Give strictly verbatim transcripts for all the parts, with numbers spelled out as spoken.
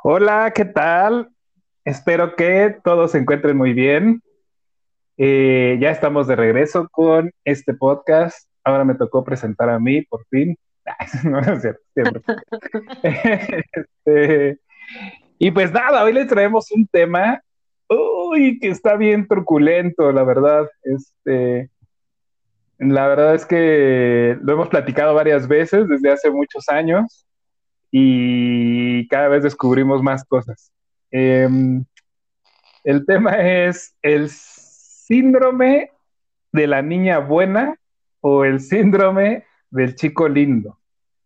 Hola, ¿qué tal? Espero que todos se encuentren muy bien. Eh, ya estamos de regreso con este podcast. Ahora me tocó presentar a mí, por fin. No, no es cierto, siempre. Este, y pues nada, hoy les traemos un tema, uy, que está bien truculento, la verdad. Este, la verdad es que lo hemos platicado varias veces desde hace muchos años y cada vez descubrimos más cosas. Em, El tema es el síndrome de la niña buena o el síndrome del chico lindo.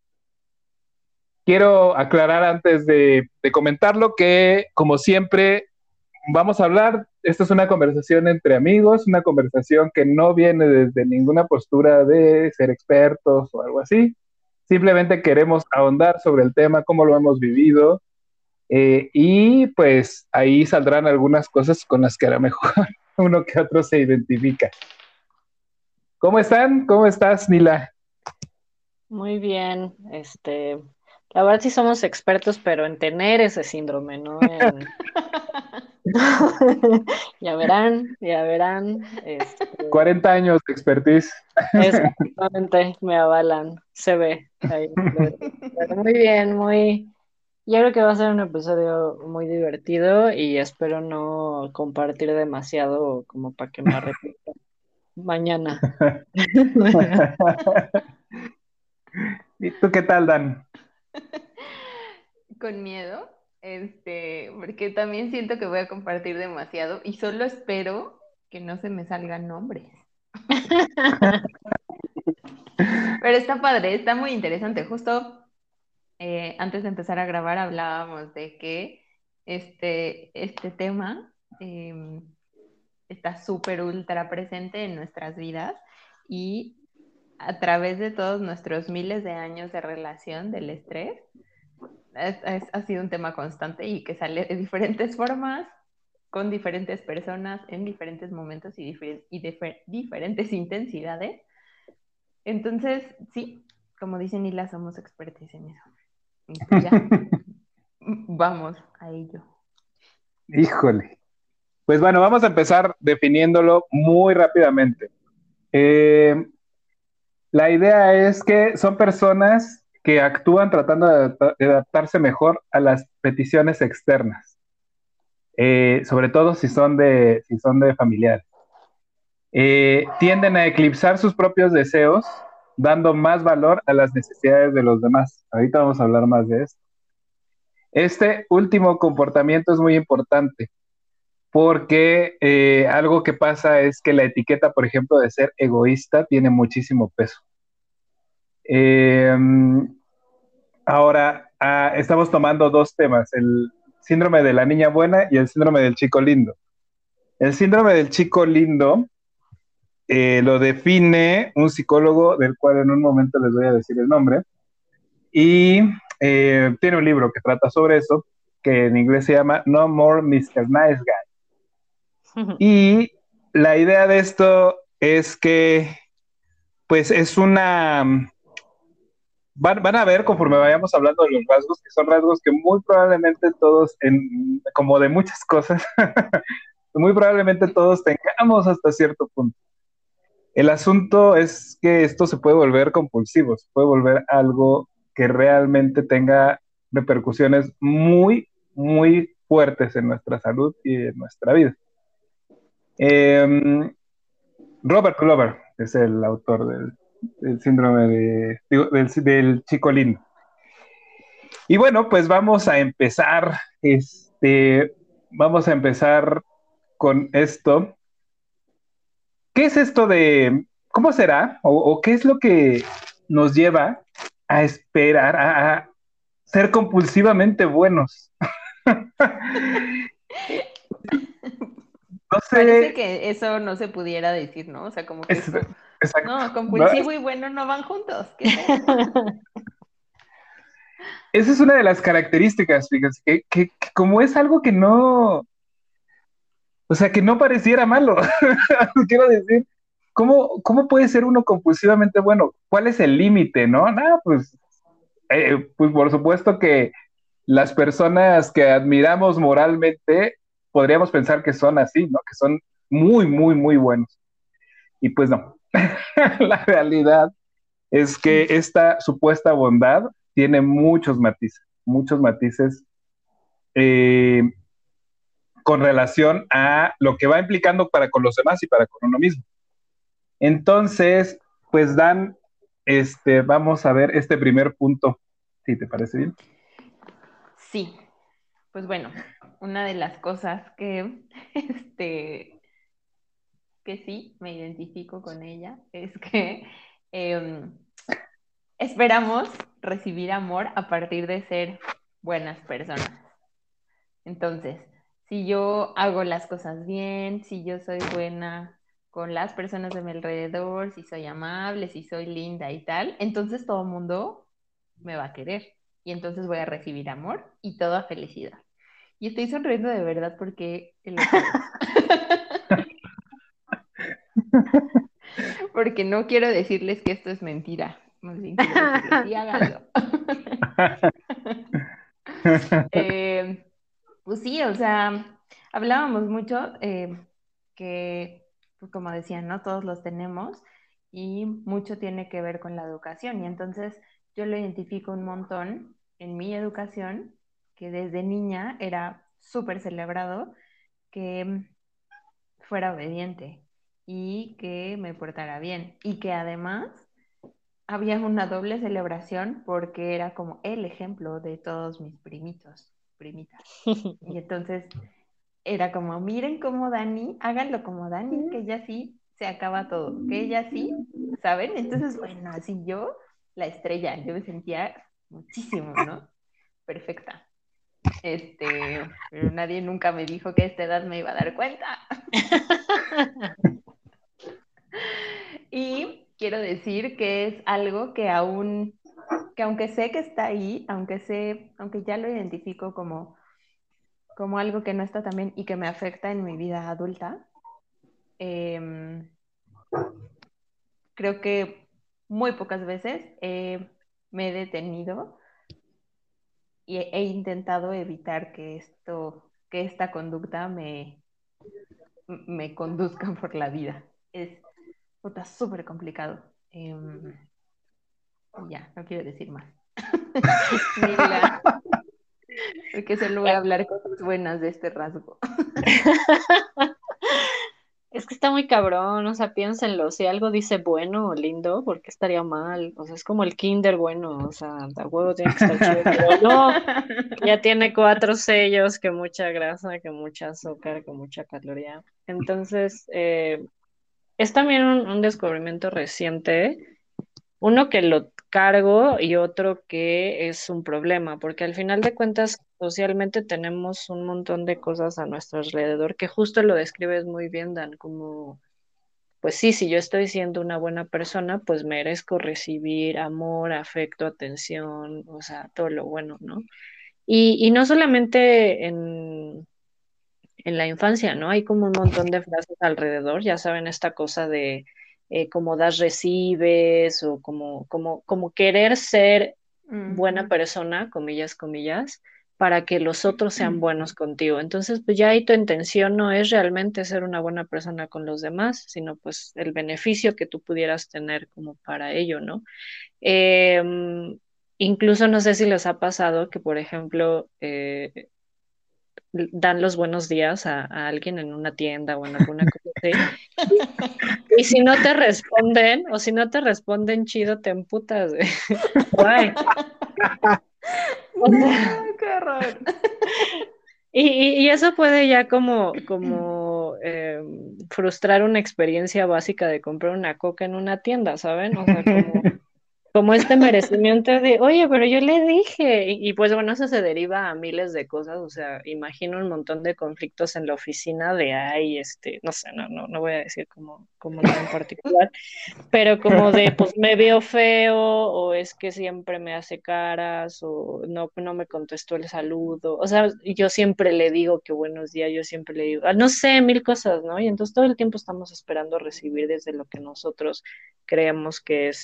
Quiero aclarar antes de, de comentarlo que, como siempre, vamos a hablar, esta es una conversación entre amigos, una conversación que no viene desde ninguna postura de ser expertos o algo así. Simplemente queremos ahondar sobre el tema, cómo lo hemos vivido, eh, y pues ahí saldrán algunas cosas con las que a lo mejor uno que otro se identifica. ¿Cómo están? ¿Cómo estás, Nila? Muy bien, este, la verdad sí somos expertos, pero en tener ese síndrome, ¿no? En... Ya verán, ya verán, este, cuarenta años de expertise. exactamente, me avalan, se ve ahí. Pero muy bien, muy, yo creo que va a ser un episodio muy divertido y espero no compartir demasiado como para que me arrepienta mañana. ¿Y tú qué tal, Dan? Con miedo, este, porque también siento que voy a compartir demasiado y solo espero que no se me salgan nombres. Pero está padre, está muy interesante. Justo eh, antes de empezar a grabar hablábamos de que este, este tema eh, está súper ultra presente en nuestras vidas y a través de todos nuestros miles de años de relación del estrés, es, es, ha sido un tema constante y que sale de diferentes formas, con diferentes personas, en diferentes momentos y, difer y difer diferentes intensidades. Entonces, sí, como dice Nila, somos expertos en eso. Y pues ya, vamos a ello. Híjole. Pues bueno, vamos a empezar definiéndolo muy rápidamente. Eh, la idea es que son personas que actúan tratando de, de adaptarse mejor a las peticiones externas, eh, sobre todo si son de, si son de familiares. Eh, tienden a eclipsar sus propios deseos, dando más valor a las necesidades de los demás. Ahorita vamos a hablar más de esto. Este último comportamiento es muy importante porque eh, algo que pasa es que la etiqueta, por ejemplo, de ser egoísta tiene muchísimo peso. Eh, ahora, ah, estamos tomando dos temas, el síndrome de la niña buena y el síndrome del chico lindo. El síndrome del chico lindo eh, lo define un psicólogo del cual en un momento les voy a decir el nombre, y eh, tiene un libro que trata sobre eso, que en inglés se llama No More mister Nice Guy. Y la idea de esto es que, pues, es una... Van, van a ver conforme vayamos hablando de los rasgos, que son rasgos que muy probablemente todos, en, como de muchas cosas, muy probablemente todos tengamos hasta cierto punto. El asunto es que esto se puede volver compulsivo, se puede volver algo que realmente tenga repercusiones muy, muy fuertes en nuestra salud y en nuestra vida. Eh, Robert Glover es el autor del, del síndrome de, digo, del, del chico lindo. Y bueno, pues vamos a empezar, este, vamos a empezar con esto. ¿Qué es esto de, cómo será o, o qué es lo que nos lleva a esperar, a, a ser compulsivamente buenos? No Parece sé, que eso no se pudiera decir, ¿no? O sea, como que es, es como, exacto. no, ¿No? compulsivo y bueno no van juntos. ¿Qué es eso? Esa es una de las características, fíjense, que, que, que como es algo que no, o sea, que no pareciera malo, quiero decir, ¿cómo, ¿cómo puede ser uno compulsivamente bueno? ¿Cuál es el límite, no? Nada, pues, eh, pues por supuesto que las personas que admiramos moralmente, podríamos pensar que son así, ¿no? Que son muy, muy, muy buenos. Y pues no, la realidad es que esta supuesta bondad tiene muchos matices, muchos matices eh, con relación a lo que va implicando para con los demás y para con uno mismo. Entonces, pues Dan, este, vamos a ver este primer punto, si te parece bien. Sí, pues bueno, una de las cosas que, este, que sí me identifico con ella es que eh, esperamos recibir amor a partir de ser buenas personas. Entonces, si yo hago las cosas bien, si yo soy buena con las personas de mi alrededor, si soy amable, si soy linda y tal, entonces todo el mundo me va a querer y entonces voy a recibir amor y toda felicidad. Y estoy sonriendo de verdad porque lo creo. Porque no quiero decirles que esto es mentira. Más bien quiero decirles, sí, háganlo. eh, pues sí, o sea, hablábamos mucho eh, que, pues como decían, ¿no? Todos los tenemos y mucho tiene que ver con la educación. Y entonces yo lo identifico un montón en mi educación, que desde niña era súper celebrado que fuera obediente y que me portara bien y que además había una doble celebración porque era como el ejemplo de todos mis primitos, primitas. Y entonces era como, miren cómo Dani, háganlo como Dani, que ella sí se acaba todo, que ella sí, ¿saben? Entonces, bueno, así yo, la estrella, yo me sentía muchísimo, ¿no? Perfecta. Este, pero nadie nunca me dijo que a esta edad me iba a dar cuenta. Y quiero decir que es algo que aún, que aunque sé que está ahí, aunque sé, aunque ya lo identifico como, como algo que no está tan bien y que me afecta en mi vida adulta, eh, creo que muy pocas veces eh, me he detenido y he, he intentado evitar que esto, que esta conducta me, me conduzca por la vida. Es puta súper complicado. Eh, ya, no quiero decir más. Mila, porque solo voy a hablar cosas buenas de este rasgo. Es que está muy cabrón, o sea, piénsenlo, si algo dice bueno o lindo, ¿por qué estaría mal? O sea, es como el kinder bueno, o sea, a huevo tiene que estar chido, pero no, ya tiene cuatro sellos, que mucha grasa, que mucha azúcar, que mucha caloría. Entonces, eh, es también un, un descubrimiento reciente, uno que lo cargo y otro que es un problema, porque al final de cuentas socialmente tenemos un montón de cosas a nuestro alrededor que justo lo describes muy bien, Dan, como, pues sí, si yo estoy siendo una buena persona, pues merezco recibir amor, afecto, atención, o sea, todo lo bueno, ¿no? Y, y no solamente en, en la infancia, ¿no? Hay como un montón de frases alrededor, ya saben, esta cosa de eh, como das, recibes, o como, como, como querer ser buena Ujú. persona, comillas, comillas, para que los otros sean buenos contigo. Entonces, pues ya ahí tu intención no es realmente ser una buena persona con los demás, sino pues el beneficio que tú pudieras tener como para ello, ¿no? Eh, incluso no sé si les ha pasado que, por ejemplo, eh, dan los buenos días a, a alguien en una tienda o en alguna cosa así. Y, y si no te responden, o si no te responden chido, te emputas, güey. Guay. O sea, No, qué horror. y, y- y eso puede ya como, como eh, frustrar una experiencia básica de comprar una coca en una tienda, ¿saben? O sea, como como este merecimiento de, oye, pero yo le dije, y, y pues bueno, eso se deriva a miles de cosas, o sea, imagino un montón de conflictos en la oficina de, ay, este, no sé, no, no, no voy a decir como, como nada en particular, pero como de, pues me veo feo, o es que siempre me hace caras, o no, no me contestó el saludo, o sea, yo siempre le digo que buenos días, yo siempre le digo, ah, no sé, mil cosas, ¿no? Y entonces todo el tiempo estamos esperando recibir desde lo que nosotros creemos que es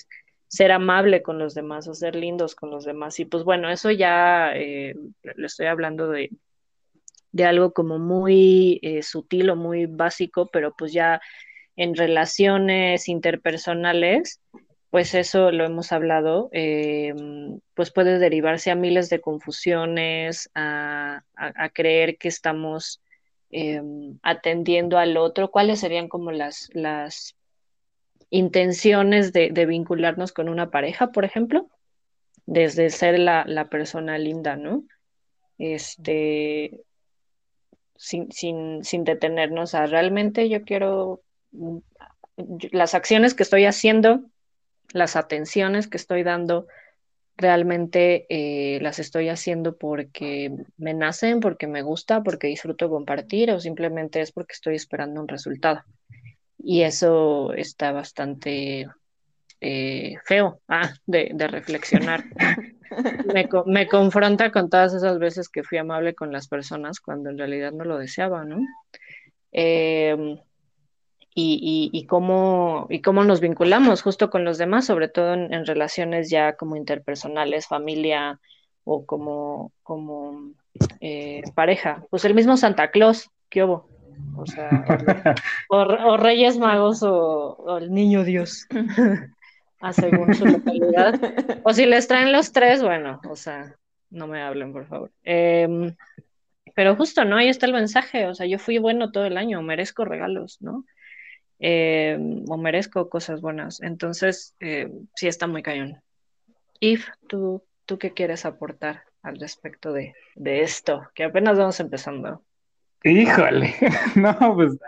ser amable con los demás o ser lindos con los demás. Y pues bueno, eso ya eh, le estoy hablando de, de algo como muy eh, sutil o muy básico, pero pues ya en relaciones interpersonales, pues eso lo hemos hablado, eh, pues puede derivarse a miles de confusiones, a, a, a creer que estamos eh, atendiendo al otro. ¿Cuáles serían como las, las intenciones de, de vincularnos con una pareja, por ejemplo? Desde ser la, la persona linda, ¿no? Este, sin, sin, sin detenernos a realmente yo quiero mm, las acciones que estoy haciendo, las atenciones que estoy dando, realmente eh, las estoy haciendo porque me nacen, porque me gusta, porque disfruto compartir o simplemente es porque estoy esperando un resultado. Y eso está bastante eh, feo ah, de, de reflexionar. Me, co- me confronta con todas esas veces que fui amable con las personas cuando en realidad no lo deseaba, ¿no? Eh, y, y, y cómo, y cómo nos vinculamos justo con los demás, sobre todo en, en relaciones ya como interpersonales, familia o como, como eh, pareja. Pues el mismo Santa Claus, ¿qué hubo? O sea, o, los- o- o Reyes Magos o, o el Niño Dios, a según su localidad. O si les traen los tres, bueno, o sea, no me hablen, por favor. Em, pero justo, ¿no? Ahí está el mensaje, o sea, yo fui bueno todo el año, merezco regalos, ¿no? eh, o merezco cosas buenas. Entonces, eh, sí está muy cañón. If, ¿tú, tú qué quieres aportar al respecto de, de esto? Que apenas vamos empezando. Híjole, no, pues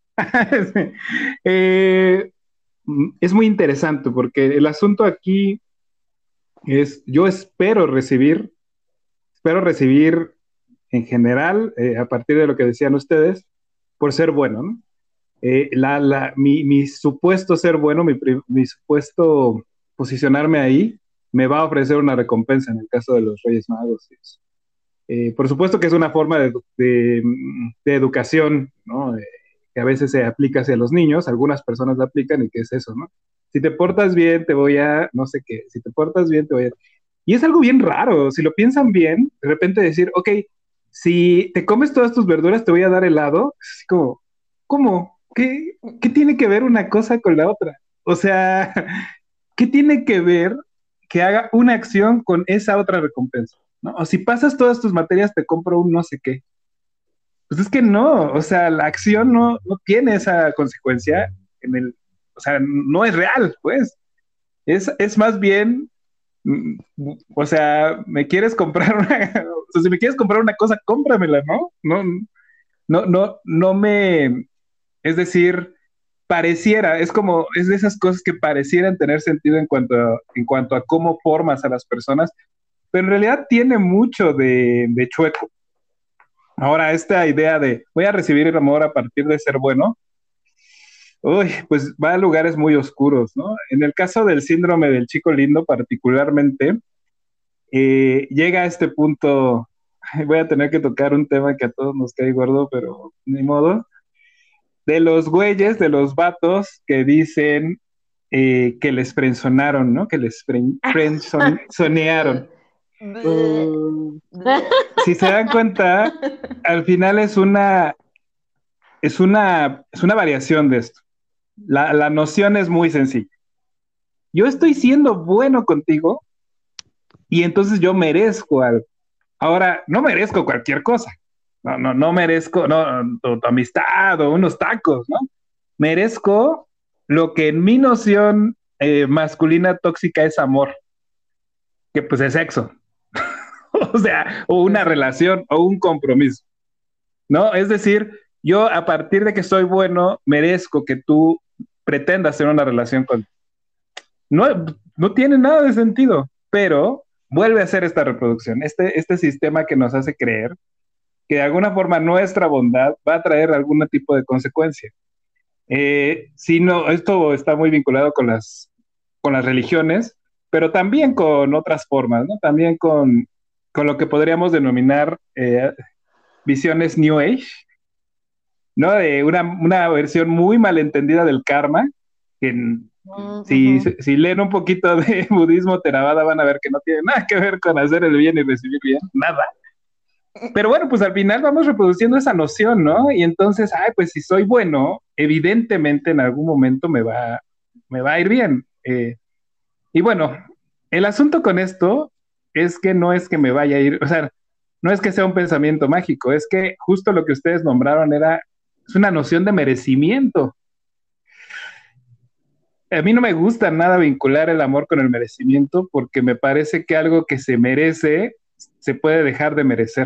eh, es muy interesante porque el asunto aquí es, yo espero recibir, espero recibir en general, eh, a partir de lo que decían ustedes, por ser bueno, ¿no? Eh, la, la, mi, mi supuesto ser bueno, mi, mi supuesto posicionarme ahí, me va a ofrecer una recompensa en el caso de los Reyes Magos. Y eso. Eh, por supuesto que es una forma de, de, de educación, ¿no? Eh, que a veces se aplica hacia los niños, algunas personas la aplican y que es eso, ¿no? Si te portas bien, te voy a, no sé qué, si te portas bien, te voy a... Y es algo bien raro, si lo piensan bien, de repente decir, ok, si te comes todas tus verduras, te voy a dar helado, es así como, ¿cómo? ¿Qué, qué tiene que ver una cosa con la otra? O sea, ¿qué tiene que ver que haga una acción con esa otra recompensa? ¿No? O si pasas todas tus materias, te compro un no sé qué. Pues es que no, o sea, la acción no, no tiene esa consecuencia en el, o sea, no es real, pues. Es, es más bien, mm, o sea, me quieres comprar una, o sea, si me quieres comprar una cosa, cómpramela, ¿no? No, no, no, no me, es decir, pareciera, es como, es de esas cosas que parecieran tener sentido en cuanto a, en cuanto a cómo formas a las personas, pero en realidad tiene mucho de, de chueco. Ahora, esta idea de voy a recibir el amor a partir de ser bueno, uy, pues va a lugares muy oscuros, ¿no? En el caso del síndrome del chico lindo, particularmente, eh, llega a este punto, voy a tener que tocar un tema que a todos nos cae gordo, pero ni modo, de los güeyes, de los vatos que dicen eh, que les frenzonaron, ¿no? Que les frenzonearon. Bleh, bleh. Si se dan cuenta, al final es una, es una, es una variación de esto. La, la noción es muy sencilla. Yo estoy siendo bueno contigo y entonces yo merezco algo. Ahora, no merezco cualquier cosa. No, no, no merezco no, tu, tu amistad o unos tacos, ¿no? Merezco lo que en mi noción eh, masculina tóxica es amor, que pues es sexo. O sea, o una Ujú. relación o un compromiso, ¿no? Es decir, yo a partir de que soy bueno, merezco que tú pretendas tener una relación con... No, no tiene nada de sentido, pero vuelve a ser esta reproducción, este, este sistema que nos hace creer que de alguna forma nuestra bondad va a traer algún tipo de consecuencia. Eh, si no, esto está muy vinculado con las, con las religiones, pero también con otras formas, ¿no? También con, con lo que podríamos denominar eh, visiones New Age, ¿no? De una, una versión muy malentendida del karma, que Si, Ujú. si si leen un poquito de budismo Theravada van a ver que no tiene nada que ver con hacer el bien y recibir bien, nada. Pero bueno, pues al final vamos reproduciendo esa noción, ¿no? Y entonces, ay, pues si soy bueno, evidentemente en algún momento me va, me va a ir bien. Eh, y bueno, el asunto con esto es que no es que me vaya a ir, o sea, no es que sea un pensamiento mágico, es que justo lo que ustedes nombraron era, es una noción de merecimiento. A mí no me gusta nada vincular el amor con el merecimiento porque me parece que algo que se merece se puede dejar de merecer.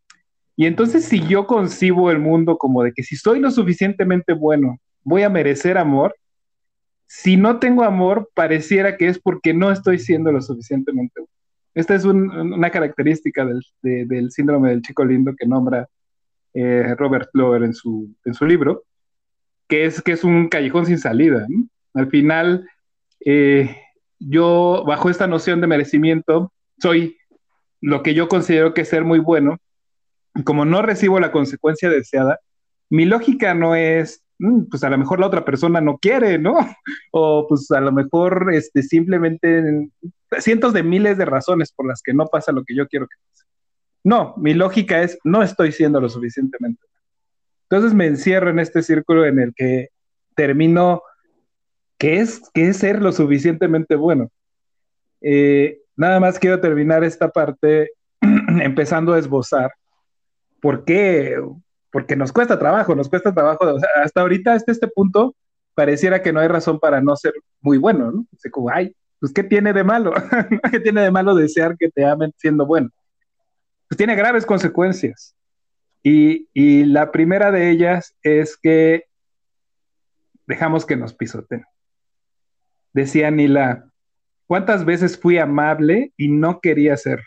Y entonces si yo concibo el mundo como de que si soy lo suficientemente bueno, voy a merecer amor, si no tengo amor, pareciera que es porque no estoy siendo lo suficientemente bueno. Esta es un, una característica del, de, del síndrome del chico lindo que nombra eh, Robert Lover en su, en su libro, que es, que es un callejón sin salida, ¿no? Al final, eh, yo bajo esta noción de merecimiento, soy lo que yo considero que es ser muy bueno, como no recibo la consecuencia deseada, mi lógica no es, mm, pues a lo mejor la otra persona no quiere, ¿no? O pues a lo mejor este, simplemente cientos de miles de razones por las que no pasa lo que yo quiero que pase. No, mi lógica es, no estoy siendo lo suficientemente. Entonces me encierro en este círculo en el que termino, ¿qué es, qué es ser lo suficientemente bueno? Eh, nada más quiero terminar esta parte empezando a esbozar ¿por qué? Porque nos cuesta trabajo, nos cuesta trabajo. O sea, hasta ahorita, hasta este punto, pareciera que no hay razón para no ser muy bueno, ¿no? O sea, como, ay, pues, ¿qué tiene de malo? ¿Qué tiene de malo desear que te amen siendo bueno? Pues tiene graves consecuencias. Y, y la primera de ellas es que dejamos que nos pisoteen. Decía Nila, ¿cuántas veces fui amable y no quería ser?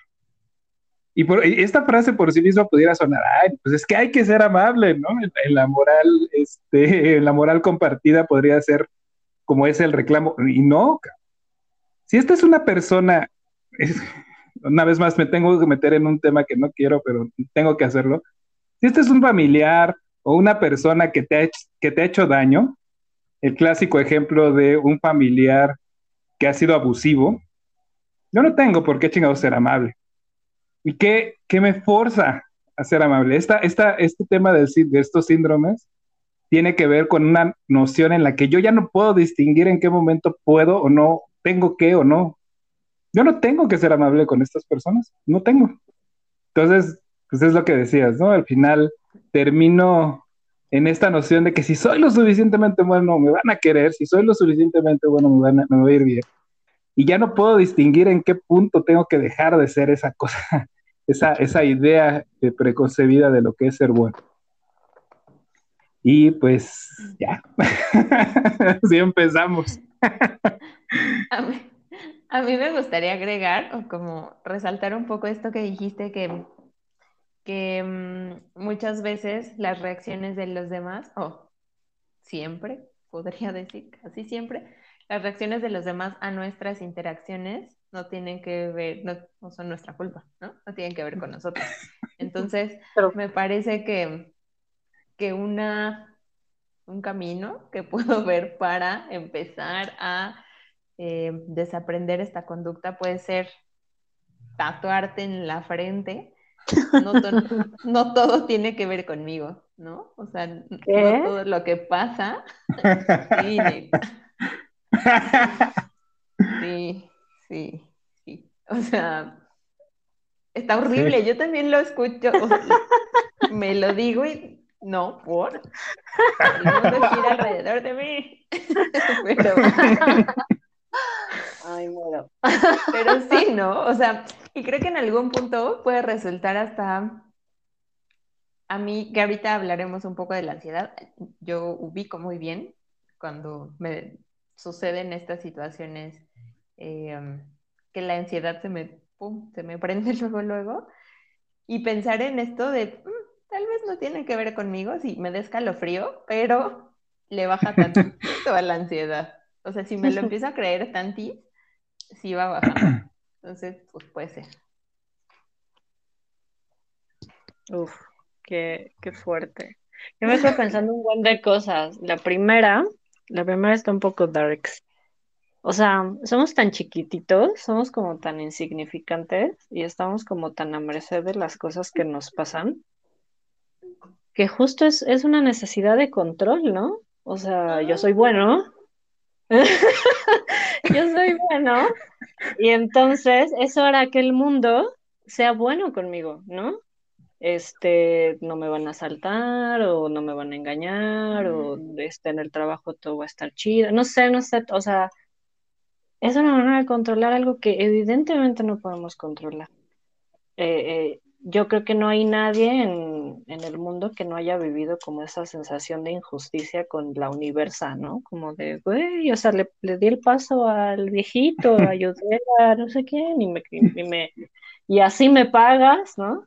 Y, por, y esta frase por sí misma pudiera sonar, ay, pues es que hay que ser amable, ¿no? En, en la moral, este, en la moral compartida podría ser como es el reclamo. Y no, si esta es una persona, es, una vez más me tengo que meter en un tema que no quiero, pero tengo que hacerlo. Si este es un familiar o una persona que te ha hecho, que te ha hecho daño, el clásico ejemplo de un familiar que ha sido abusivo, yo no tengo por qué chingados ser amable. ¿Y qué, qué me forza a ser amable? Esta, esta, este tema de, de estos síndromes tiene que ver con una noción en la que yo ya no puedo distinguir en qué momento puedo o no, tengo que o no. Yo no tengo que ser amable con estas personas, no tengo. Entonces, pues es lo que decías, ¿no? Al final termino en esta noción de que si soy lo suficientemente bueno, me van a querer, si soy lo suficientemente bueno, me, van a, me va a ir bien. Y ya no puedo distinguir en qué punto tengo que dejar de ser esa cosa, esa, esa idea preconcebida de lo que es ser bueno. Y pues ya, así empezamos. A mí, a mí me gustaría agregar o como resaltar un poco esto que dijiste que, que mm, muchas veces las reacciones de los demás, o siempre, podría decir, casi siempre, las reacciones de los demás a nuestras interacciones no tienen que ver, no, no son nuestra culpa, ¿no? No tienen que ver con nosotros. Entonces, Pero, me parece que, que una, un camino que puedo ver para empezar a eh, desaprender esta conducta puede ser tatuarte en la frente. No, to no todo tiene que ver conmigo, ¿no? O sea, no ¿qué? todo lo que pasa. Sí, sí, sí, sí. O sea, está Sí. horrible. Yo también lo escucho, o sea, me lo digo y no, por. El mundo gira alrededor de mí. Pero, Ay, muero. pero sí, ¿no? O sea, y creo que en algún punto puede resultar hasta a mí, que ahorita hablaremos un poco de la ansiedad. Yo ubico muy bien cuando me suceden estas situaciones eh, que la ansiedad se me, pum, se me prende luego, luego. Y pensar en esto de, "Mm, tal vez no tiene que ver conmigo, sí, me da escalofrío, pero le baja tantito a la ansiedad. O sea, si me lo empiezo a creer tanti, sí va bajando. Entonces, pues puede ser. Uf, qué, qué fuerte. Yo me estoy pensando un buen de cosas. La primera, la primera está un poco darks. O sea, somos tan chiquititos, somos como tan insignificantes y estamos como tan a merced de las cosas que nos pasan, que justo es, es una necesidad de control, ¿no? O sea, yo soy bueno, yo soy bueno, y entonces eso hará que el mundo sea bueno conmigo, ¿no? Este, no me van a asaltar o no me van a engañar o este, en el trabajo todo va a estar chido, no sé, no sé, o sea, es una manera de controlar algo que evidentemente no podemos controlar. Eh, eh, yo creo que no hay nadie en, en el mundo que no haya vivido como esa sensación de injusticia con la universa, ¿no? Como de, güey, o sea, le, le di el paso al viejito, ayudé a no sé quién y me, y me, y así me pagas, ¿no?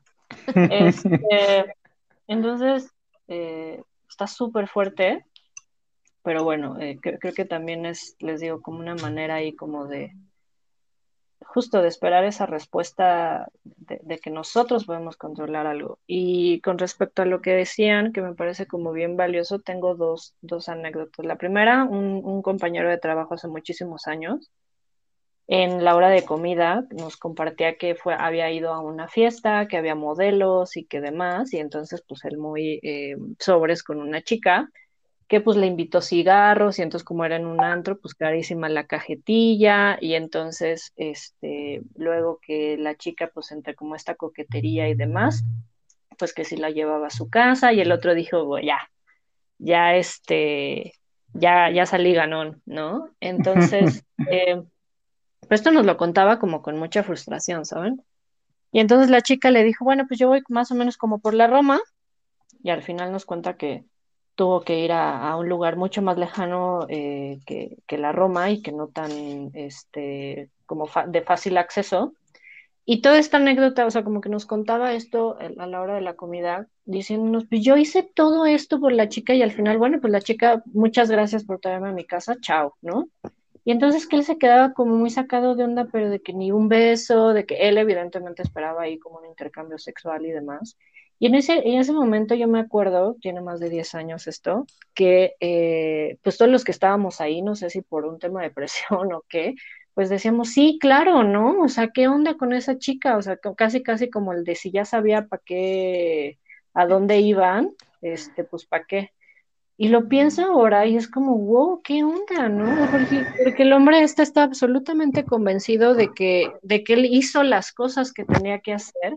Este, entonces, eh, está súper fuerte, pero bueno, eh, cre- creo que también es, les digo, como una manera ahí como de justo de esperar esa respuesta de, de que nosotros podemos controlar algo. Y con respecto a lo que decían, que me parece como bien valioso, tengo dos, dos anécdotas. La primera, un, un compañero de trabajo hace muchísimos años, en la hora de comida, nos compartía que fue, había ido a una fiesta, que había modelos y que demás, y entonces pues él muy eh, sobres con una chica que pues le invitó cigarros y entonces como era en un antro, pues carísima la cajetilla y entonces este, luego que la chica pues entre como esta coquetería y demás, pues que sí la llevaba a su casa y el otro dijo, "Bueno, ya, ya este, ya, ya salí ganón, ¿no? Entonces, eh, pues esto nos lo contaba como con mucha frustración, ¿saben? Y entonces la chica le dijo, bueno, pues yo voy más o menos como por la Roma y al final nos cuenta que tuvo que ir a, a un lugar mucho más lejano eh, que, que la Roma y que no tan este, como fa- de fácil acceso. Y toda esta anécdota, o sea, como que nos contaba esto a a la hora de la comida, diciéndonos, pues yo hice todo esto por la chica y al final, bueno, pues la chica, muchas gracias por traerme a mi casa, chao, ¿no? Y entonces que él se quedaba como muy sacado de onda, pero de que ni un beso, de que él evidentemente esperaba ahí como un intercambio sexual y demás. Y en ese, en ese momento yo me acuerdo, tiene más de diez años esto, que eh, pues todos los que estábamos ahí, no sé si por un tema de presión o qué, pues decíamos, sí, claro, ¿no? O sea, ¿qué onda con esa chica? O sea, co- casi, casi como el de si ya sabía para qué, a dónde iban, este, pues para qué. Y lo pienso ahora y es como, wow, ¿qué onda, no? Porque, porque el hombre este está absolutamente convencido de que, de que él hizo las cosas que tenía que hacer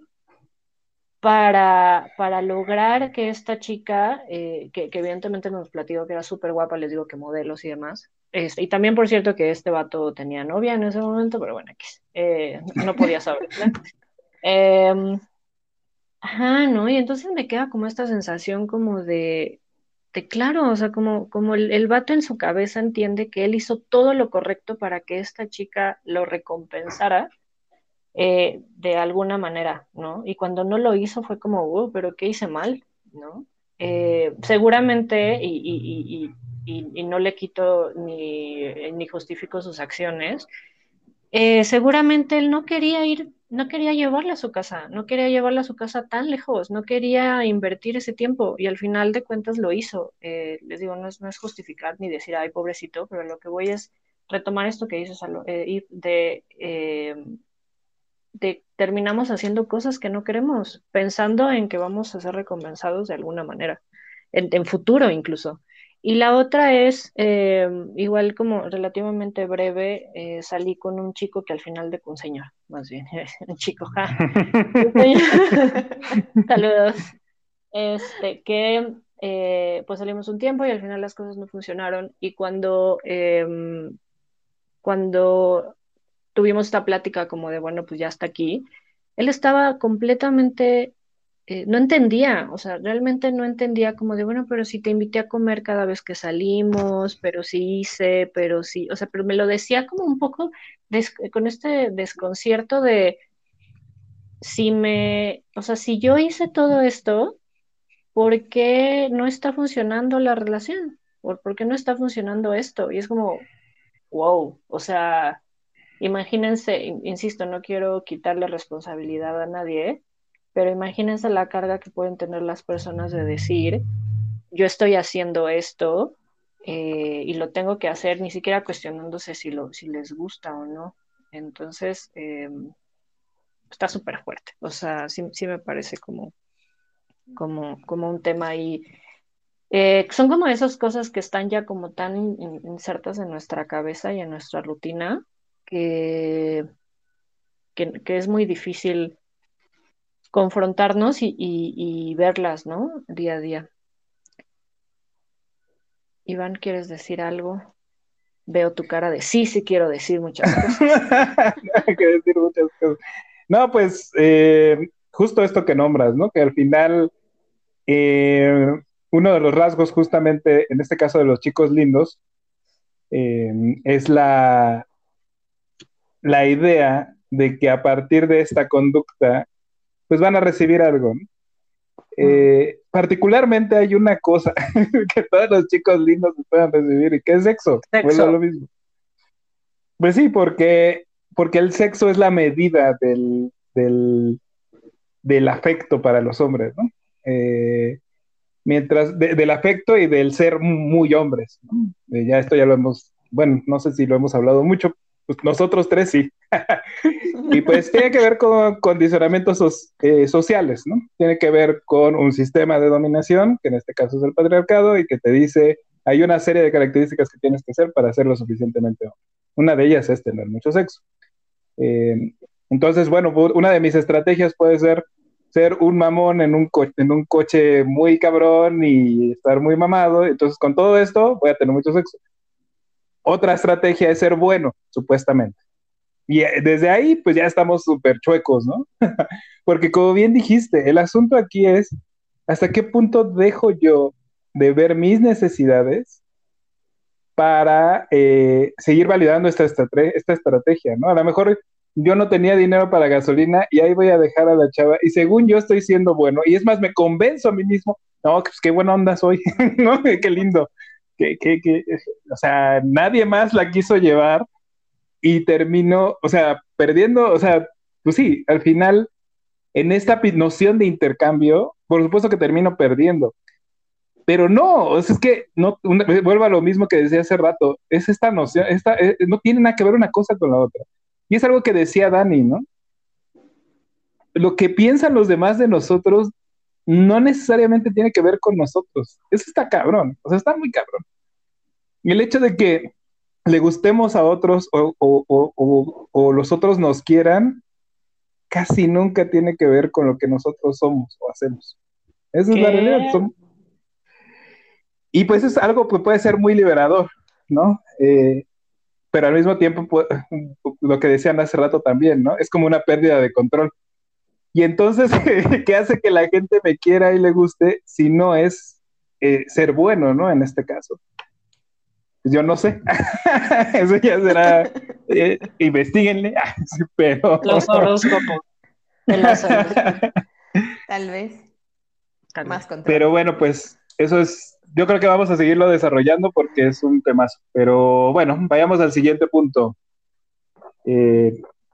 para, para lograr que esta chica, eh, que, que evidentemente nos platicó que era súper guapa, les digo que modelos y demás, este, y también por cierto que este vato tenía novia en ese momento, pero bueno, X, eh, no podía saber, ¿no? Eh, Ajá, ¿no? Y entonces me queda como esta sensación como de, de claro, o sea, como, como el, el vato en su cabeza entiende que él hizo todo lo correcto para que esta chica lo recompensara eh, de alguna manera, ¿no? Y cuando no lo hizo fue como, "Uh, pero ¿qué hice mal?", ¿no? Eh, seguramente, y, y, y, y, y no le quito ni, ni justifico sus acciones, eh, seguramente él no quería ir, no quería llevarla a su casa, no quería llevarla a su casa tan lejos, no quería invertir ese tiempo y al final de cuentas lo hizo. Eh, les digo, no es, no es justificar ni decir, ay, pobrecito, pero lo que voy es retomar esto que dices, Alo- eh, Eve, de, eh, de terminamos haciendo cosas que no queremos, pensando en que vamos a ser recompensados de alguna manera, en, en futuro incluso. Y la otra es, eh, igual como relativamente breve, eh, salí con un chico que al final de un señor, más bien, un chico, ja, un señor, saludos, este, que eh, pues salimos un tiempo y al final las cosas no funcionaron y cuando, eh, cuando tuvimos esta plática como de, bueno, pues ya está aquí, él estaba completamente, eh, no entendía, o sea, realmente no entendía como de, bueno, pero si te invité a comer cada vez que salimos, pero sí hice, pero sí, o sea, pero me lo decía como un poco des- con este desconcierto de, si me, o sea, si yo hice todo esto, ¿por qué no está funcionando la relación? ¿Por, por qué no está funcionando esto? Y es como, wow, o sea... Imagínense, in- insisto, no quiero quitarle responsabilidad a nadie, pero imagínense la carga que pueden tener las personas de decir, yo estoy haciendo esto, eh, y lo tengo que hacer ni siquiera cuestionándose si, lo, si les gusta o no. Entonces, eh, está súper fuerte. O sea, sí, sí me parece como, como, como un tema ahí. Eh, son como esas cosas que están ya como tan in- in- insertas en nuestra cabeza y en nuestra rutina que, que, que es muy difícil confrontarnos y, y, y verlas, ¿no? Día a día. Iván, ¿quieres decir algo? Veo tu cara de sí, sí quiero decir muchas cosas. Hay que decir muchas cosas. No, pues eh, justo esto que nombras, ¿no? Que al final eh, uno de los rasgos justamente, en este caso de los chicos lindos, eh, es la, la idea de que a partir de esta conducta, pues van a recibir algo, ¿no? Mm, Eh, particularmente hay una cosa que todos los chicos lindos puedan recibir y que es sexo, vuelvo a lo sexo. mismo. Pues sí, porque, porque el sexo es la medida del, del, del afecto para los hombres, ¿no? Eh, mientras, de- del afecto y del ser muy hombres, ¿no? Eh, ya esto ya lo hemos, bueno, no sé si lo hemos hablado mucho, pues nosotros tres sí. Y pues tiene que ver con condicionamientos so- eh, sociales, ¿no? Tiene que ver con un sistema de dominación, que en este caso es el patriarcado, y que te dice, hay una serie de características que tienes que hacer para ser lo suficientemente hombre. Una de ellas es tener mucho sexo. Eh, entonces, bueno, una de mis estrategias puede ser ser un mamón en un, co en un coche muy cabrón y estar muy mamado. Entonces, con todo esto, voy a tener mucho sexo. Otra estrategia es ser bueno, supuestamente. Y eh, desde ahí, pues ya estamos súper chuecos, ¿no? Porque como bien dijiste, el asunto aquí es hasta qué punto dejo yo de ver mis necesidades para eh, seguir validando esta, estrate- esta estrategia, ¿no? A lo mejor yo no tenía dinero para gasolina y ahí voy a dejar a la chava y según yo estoy siendo bueno, y es más, me convenzo a mí mismo, no, pues qué buena onda soy, ¿no? Qué lindo, que, que, que, o sea, nadie más la quiso llevar y termino, o sea, perdiendo, o sea, pues sí, al final, en esta noción de intercambio, por supuesto que termino perdiendo, pero no, o sea, es que no, una, vuelvo a lo mismo que decía hace rato, es esta noción, esta, eh, no tiene nada que ver una cosa con la otra. Y es algo que decía Dani, ¿no? Lo que piensan los demás de nosotros no necesariamente tiene que ver con nosotros. Eso está cabrón, o sea, está muy cabrón. Y el hecho de que le gustemos a otros o, o, o, o, o los otros nos quieran, casi nunca tiene que ver con lo que nosotros somos o hacemos. Esa es la realidad. ¿Qué? Son... Y pues es algo que puede ser muy liberador, ¿no? Eh, pero al mismo tiempo, pues, lo que decían hace rato también, ¿no? Es como una pérdida de control. Y entonces, ¿qué hace que la gente me quiera y le guste si no es eh, ser bueno, ¿no? En este caso. Pues yo no sé. Eso ya será, eh, investiguenle, pero... Los horóscopos de la salud, Tal vez tal más vez. control. Pero bueno, pues eso es, yo creo que vamos a seguirlo desarrollando porque es un temazo. Pero bueno, vayamos al siguiente punto. Eh,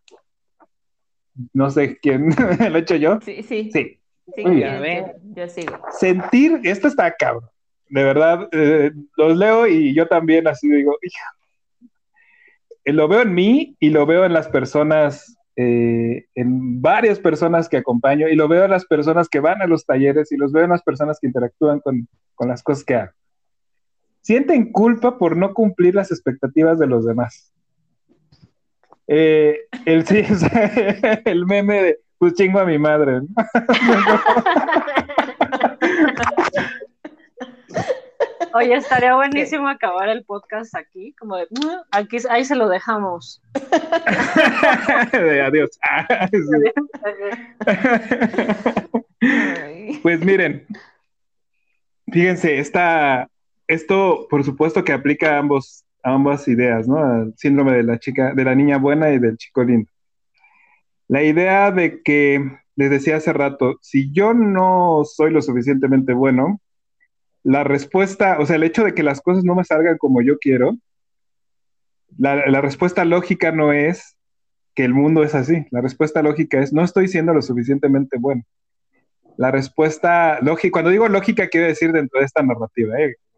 no sé quién lo he hecho yo. Sí, sí, Sí, sí, muy Venga, bien. quieres, yo, venga. yo sigo. Sentir, esto está cabrón. De verdad, eh, los leo y yo también así digo, "Hija", eh, lo veo en mí y lo veo en las personas, eh, en varias personas que acompaño y lo veo en las personas que van a los talleres y los veo en las personas que interactúan con, con las cosas que hago. Sienten culpa por no cumplir las expectativas de los demás. Eh, el, sí, el meme de, pues chingo a mi madre, ¿no? Oye, estaría Sí. buenísimo acabar el podcast aquí, como de, "Mm, aquí, ahí se lo dejamos." De adiós. Ah, sí. Ay. Pues miren, fíjense, esta, esto por supuesto que aplica a ambos, a ambas ideas, ¿no? Al síndrome de la chica, de la niña buena y del chico lindo. La idea de que, les decía hace rato, si yo no soy lo suficientemente bueno, la respuesta, o sea, el hecho de que las cosas no me salgan como yo quiero, la, la respuesta lógica no es que el mundo es así. La respuesta lógica es no estoy siendo lo suficientemente bueno. La respuesta lógica, cuando digo lógica, quiero decir dentro de esta narrativa, ¿eh?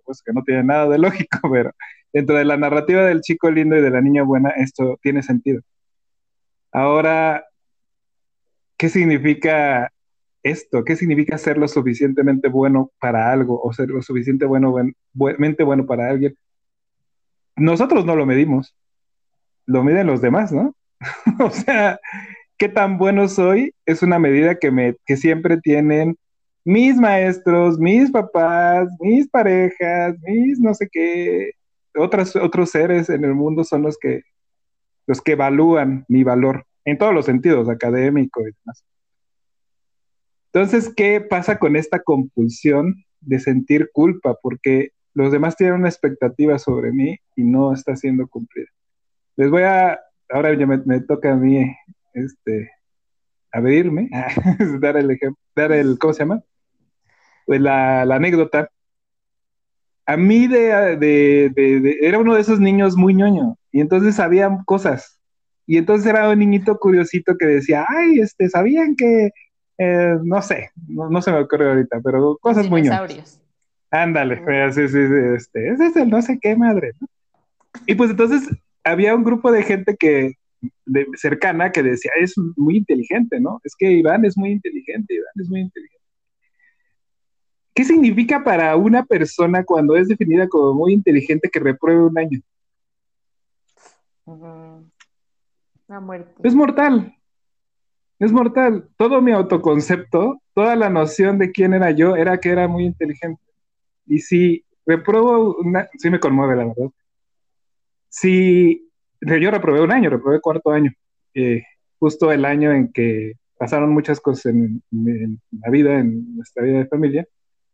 supuesto que no tiene nada de lógico, pero dentro de la narrativa del chico lindo y de la niña buena, esto tiene sentido. Ahora, ¿qué significa esto? ¿Qué significa ser lo suficientemente bueno para algo o ser lo suficientemente bueno, buen, buenamente bueno para alguien? Nosotros no lo medimos, lo miden los demás, ¿no? O sea, qué tan bueno soy es una medida que, me, que siempre tienen mis maestros, mis papás, mis parejas, mis no sé qué, otras, otros seres en el mundo son los que, los que evalúan mi valor en todos los sentidos, académico y demás. Entonces, ¿qué pasa con esta compulsión de sentir culpa? Porque los demás tienen una expectativa sobre mí y no está siendo cumplida. Les voy a, ahora ya me, me toca a mí, este, abrirme, dar el ejemplo, dar el, ¿cómo se llama? Pues la, la anécdota. A mí de, de, de, de, era uno de esos niños muy ñoño, y entonces sabía cosas. Y entonces era un niñito curiosito que decía, ay, este, ¿sabían que, eh, no sé, no, no se me ocurre ahorita, pero cosas muy ñoñas? Dinosaurios. Ándale, uh. sí, sí, sí, este, ese es el no sé qué madre, ¿no? Y pues entonces había un grupo de gente que, de, cercana, que decía, es muy inteligente, ¿no? Es que Iván es muy inteligente, Iván es muy inteligente. ¿Qué significa para una persona cuando es definida como muy inteligente que repruebe un año? Uh-huh. La muerte. Es mortal. Es mortal. Todo mi autoconcepto, toda la noción de quién era yo, era que era muy inteligente. Y si repruebo una... Sí me conmueve, la verdad. Si... Yo reprobé un año, reprobé cuarto año. Eh, justo el año en que pasaron muchas cosas en, en la vida, en nuestra vida de familia.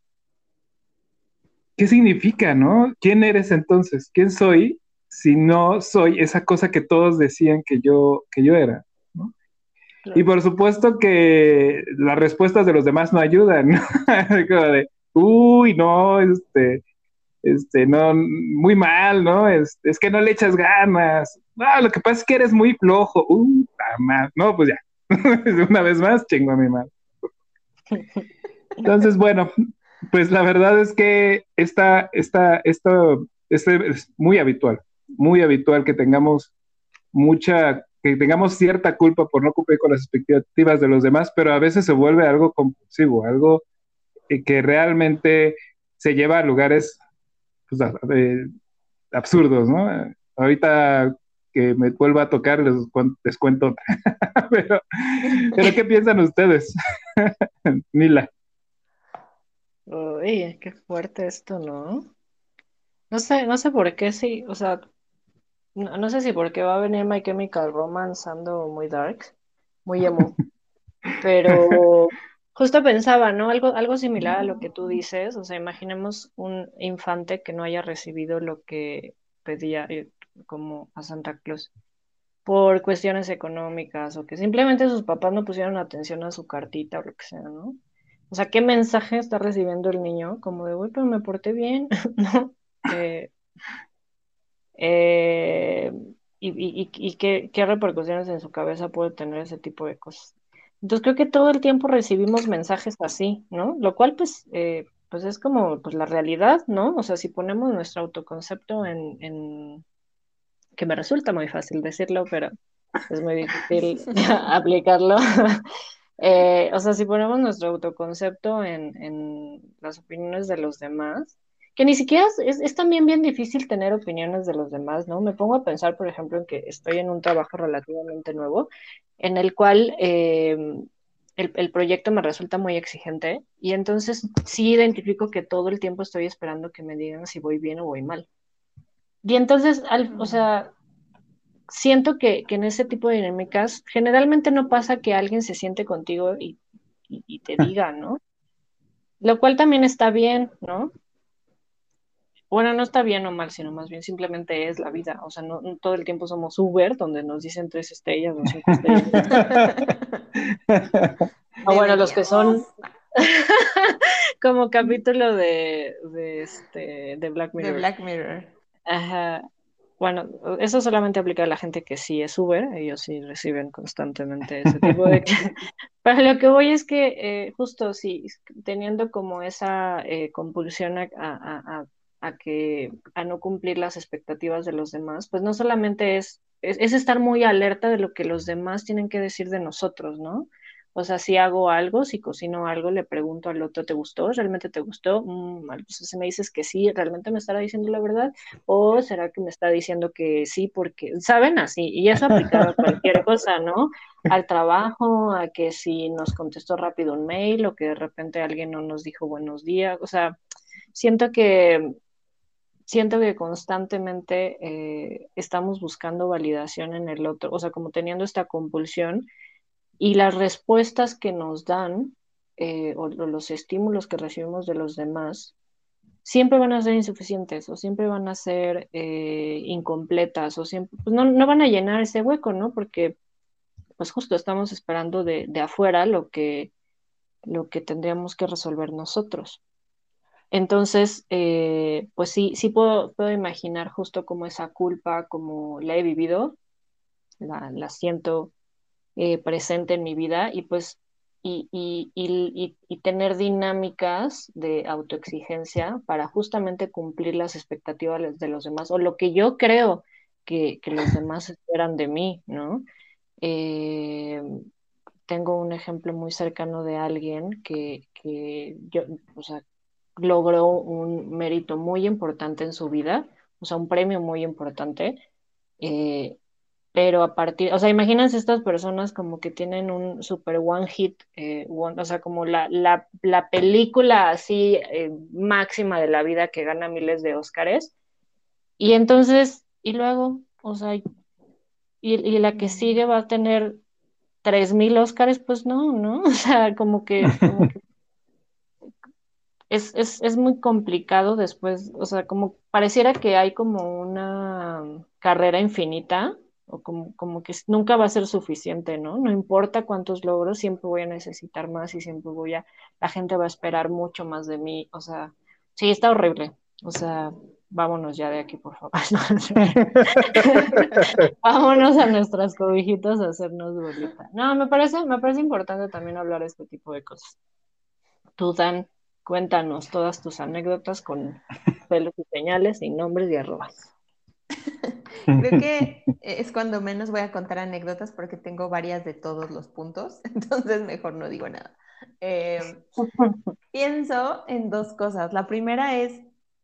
¿Qué significa, no? ¿Quién eres entonces? ¿Quién soy si no soy esa cosa que todos decían que yo, que yo era, ¿no? Claro. Y por supuesto que las respuestas de los demás no ayudan, ¿no? Como de, uy, no, este, este, no, muy mal, ¿no? Es, es que no le echas ganas. No, lo que pasa es que eres muy flojo. Uh, más. No, pues ya. Una vez más, chingo a mi madre. Entonces, bueno, pues la verdad es que esta, esta, esto, este es muy habitual, muy habitual que tengamos mucha, que tengamos cierta culpa por no cumplir con las expectativas de los demás, pero a veces se vuelve algo compulsivo, algo que realmente se lleva a lugares pues, eh, absurdos, ¿no? Ahorita que me vuelva a tocar les, les cuento otra. pero, pero ¿qué piensan ustedes? Nila. Uy, qué fuerte esto, ¿no? No sé, no sé por qué sí, o sea, no, no sé si porque va a venir My Chemical Romance ando muy dark, muy emo, pero justo pensaba, ¿no? Algo, algo similar a lo que tú dices, o sea, imaginemos un infante que no haya recibido lo que pedía eh, como a Santa Claus por cuestiones económicas o que simplemente sus papás no pusieron atención a su cartita o lo que sea, ¿no? O sea, ¿qué mensaje está recibiendo el niño? Como de, güey, pero me porté bien, ¿no? Eh, eh, y y, y qué, qué repercusiones en su cabeza puede tener ese tipo de cosas. Entonces creo que todo el tiempo recibimos mensajes así, ¿no? Lo cual pues, eh, pues es como pues la realidad, ¿no? O sea, si ponemos nuestro autoconcepto en, en, que me resulta muy fácil decirlo, pero es muy difícil aplicarlo. eh, o sea, si ponemos nuestro autoconcepto en, en las opiniones de los demás, que ni siquiera es, es también bien difícil tener opiniones de los demás, ¿no? Me pongo a pensar, por ejemplo, en que estoy en un trabajo relativamente nuevo, en el cual eh, el, el proyecto me resulta muy exigente y entonces sí identifico que todo el tiempo estoy esperando que me digan si voy bien o voy mal. Y entonces, al, o sea, siento que, que en ese tipo de dinámicas generalmente no pasa que alguien se siente contigo y, y, y te diga, ¿no? Lo cual también está bien, ¿no? Bueno, no está bien o mal, sino más bien simplemente es la vida. O sea, no, no todo el tiempo somos Uber, donde nos dicen tres estrellas o cinco estrellas. O bueno, los que son como capítulo de, de, este, de Black Mirror. De Black Mirror. Ajá. Bueno, eso solamente aplica a la gente que sí es Uber, ellos sí reciben constantemente ese tipo de... Pero lo que voy es que eh, justo sí, teniendo como esa eh, compulsión a, a, a a que, a no cumplir las expectativas de los demás, pues no solamente es, es, es estar muy alerta de lo que los demás tienen que decir de nosotros, ¿no? O sea, si hago algo, si cocino algo, le pregunto al otro, ¿te gustó? ¿Realmente te gustó? Mm, pues, si me dices que sí, ¿realmente me estará diciendo la verdad? ¿O será que me está diciendo que sí porque, saben, así? Y eso aplicado a cualquier cosa, ¿no? Al trabajo, a que si nos contestó rápido un mail o que de repente alguien no nos dijo buenos días, o sea, siento que siento que constantemente eh, estamos buscando validación en el otro, o sea, como teniendo esta compulsión y las respuestas que nos dan eh, o, o los estímulos que recibimos de los demás siempre van a ser insuficientes o siempre van a ser eh, incompletas o siempre, pues no, no van a llenar ese hueco, ¿no? Porque pues justo estamos esperando de, de afuera lo que, lo que tendríamos que resolver nosotros. Entonces, eh, pues sí, sí puedo, puedo imaginar justo como esa culpa, como la he vivido, la, la siento eh, presente en mi vida y pues y, y, y, y, y tener dinámicas de autoexigencia para justamente cumplir las expectativas de los demás o lo que yo creo que, que los demás esperan de mí, ¿no? Eh, tengo un ejemplo muy cercano de alguien que, que yo, o sea, logró un mérito muy importante en su vida, o sea, un premio muy importante, eh, pero a partir, o sea, imagínense estas personas como que tienen un super one hit, eh, one- o sea, como la, la, la película así eh, máxima de la vida que gana miles de Óscares, y entonces, y luego, o sea, y, y la que Mm. sigue va a tener tres mil Óscares, pues no, ¿no? O sea, como que, como que es, es, es muy complicado después, o sea, como pareciera que hay como una carrera infinita, o como, como que nunca va a ser suficiente, ¿no? No importa cuántos logros, siempre voy a necesitar más y siempre voy a, la gente va a esperar mucho más de mí, o sea, sí, está horrible, o sea, vámonos ya de aquí, por favor. Vámonos a nuestras cobijitas a hacernos bolita. No, me parece, me parece importante también hablar de este tipo de cosas. Tú, Dan, cuéntanos todas tus anécdotas con pelos y señales y nombres y arrobas. Creo que es cuando menos voy a contar anécdotas porque tengo varias de todos los puntos, entonces mejor no digo nada. Eh, pienso en dos cosas. La primera es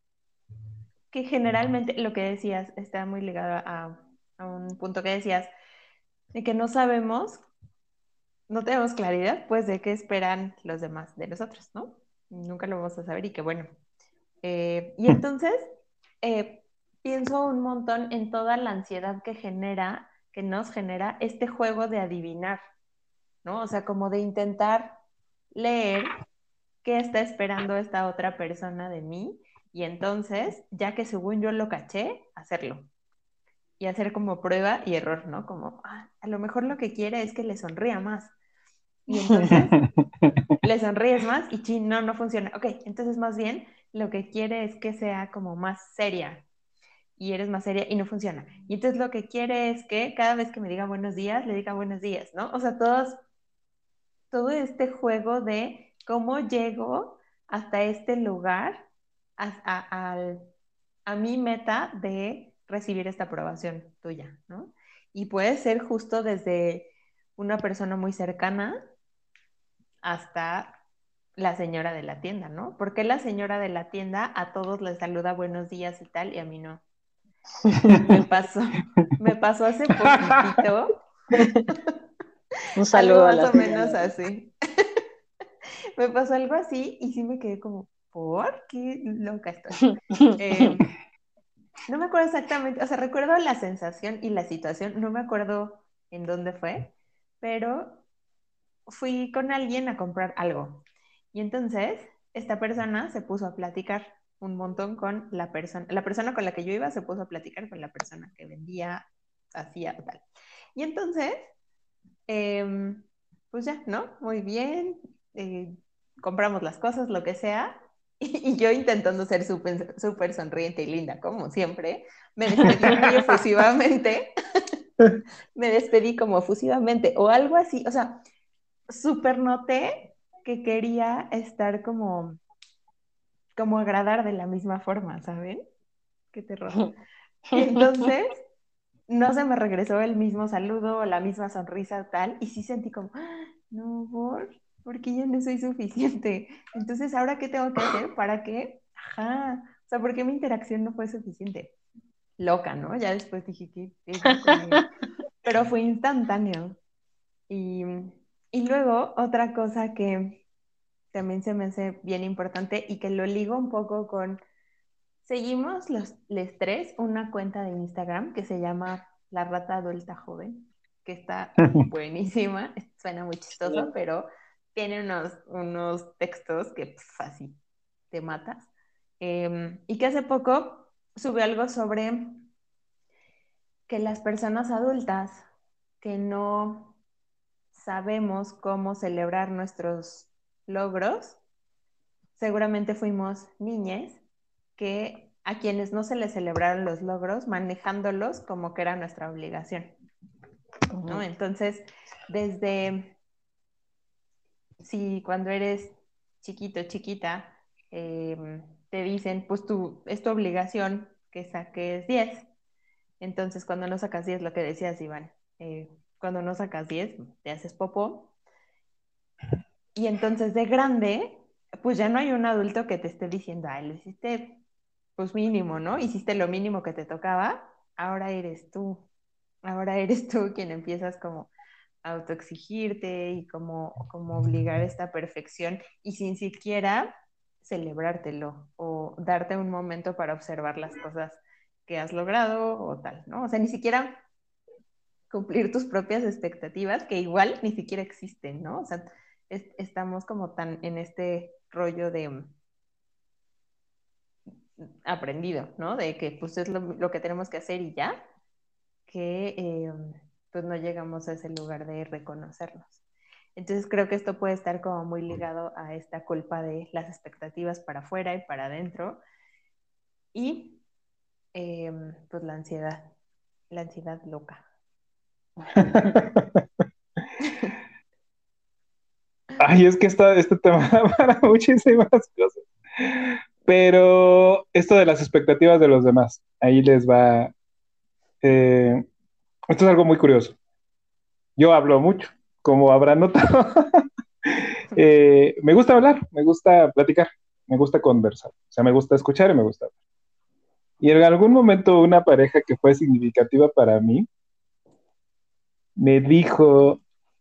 que generalmente lo que decías está muy ligado a, a un punto que decías, de que no sabemos, no tenemos claridad, pues, de qué esperan los demás de nosotros, ¿no? Nunca lo vamos a saber y qué bueno. Eh, y entonces, eh, pienso un montón en toda la ansiedad que genera, que nos genera este juego de adivinar, ¿no? O sea, como de intentar leer qué está esperando esta otra persona de mí y entonces, ya que según yo lo caché, hacerlo. Y hacer como prueba y error, ¿no? Como, ah, a lo mejor lo que quiere es que le sonría más. Y entonces le sonríes más y chin, no, no funciona. Ok, entonces más bien lo que quiere es que sea como más seria y eres más seria y no funciona. Y entonces lo que quiere es que cada vez que me diga buenos días, le diga buenos días, ¿no? O sea, todos, todo este juego de cómo llego hasta este lugar, a, a, a, a mi meta de recibir esta aprobación tuya, ¿no? Y puede ser justo desde una persona muy cercana hasta la señora de la tienda, ¿no? Porque la señora de la tienda a todos les saluda buenos días y tal, y a mí no. Me pasó, me pasó hace poquitito, Un algo saludo a más la o menos señora. así. Me pasó algo así y sí me quedé como, ¿por qué loca estoy? Eh, no me acuerdo exactamente, o sea, recuerdo la sensación y la situación, no me acuerdo en dónde fue, pero fui con alguien a comprar algo. Y entonces esta persona se puso a platicar un montón con la persona, la persona con la que yo iba se puso a platicar con la persona que vendía, hacía tal. Y entonces, eh, pues ya, ¿no? Muy bien, eh, compramos las cosas, lo que sea, y, y yo intentando ser súper super sonriente y linda, como siempre, me despedí muy efusivamente, me despedí como efusivamente o algo así, o sea, súper noté que quería estar como como agradar de la misma forma, ¿saben? Qué terror. Y entonces no se me regresó el mismo saludo o la misma sonrisa tal, y sí sentí como, "Ah, no, por, porque yo no soy suficiente. Entonces, ¿ahora qué tengo que hacer para que, ajá, o sea, porque mi interacción no fue suficiente? Loca, ¿no? Ya después dije, ¿qué pedo con él? Pero fue instantáneo. Y, y luego, otra cosa que también se me hace bien importante y que lo ligo un poco con, seguimos los, les tres una cuenta de Instagram que se llama La Rata Adulta Joven, que está buenísima, suena muy chistoso, pero tiene unos, unos textos que pf, así te matas. Eh, y que hace poco sube algo sobre que las personas adultas que no sabemos cómo celebrar nuestros logros, seguramente fuimos niñas que a quienes no se les celebraron los logros, manejándolos como que era nuestra obligación, ¿no? Entonces, desde si cuando eres chiquito, chiquita, eh, te dicen, pues tú, es tu obligación que saques diez. Entonces, cuando no sacas diez, lo que decías, Iván, eh, cuando no sacas diez, te haces popó. Y entonces de grande, pues ya no hay un adulto que te esté diciendo, ay, lo hiciste pues mínimo, ¿no? Hiciste lo mínimo que te tocaba, ahora eres tú, ahora eres tú quien empiezas como a autoexigirte y como, como obligar esta perfección y sin siquiera celebrártelo o darte un momento para observar las cosas que has logrado o tal, ¿no? O sea, ni siquiera cumplir tus propias expectativas que igual ni siquiera existen, ¿no? O sea, es, estamos como tan en este rollo de aprendido, ¿no? De que pues es lo, lo que tenemos que hacer y ya, que eh, pues no llegamos a ese lugar de reconocernos. Entonces creo que esto puede estar como muy ligado a esta culpa de las expectativas para afuera y para adentro y eh, pues la ansiedad, la ansiedad loca. Ay, es que está, este tema da para muchísimas cosas. Pero esto de las expectativas de los demás, ahí les va. eh, esto es algo muy curioso. Yo hablo mucho, como habrán notado. Eh, me gusta hablar, me gusta platicar, me gusta conversar. O sea, me gusta escuchar y me gusta hablar. Y en algún momento una pareja que fue significativa para mí me dijo,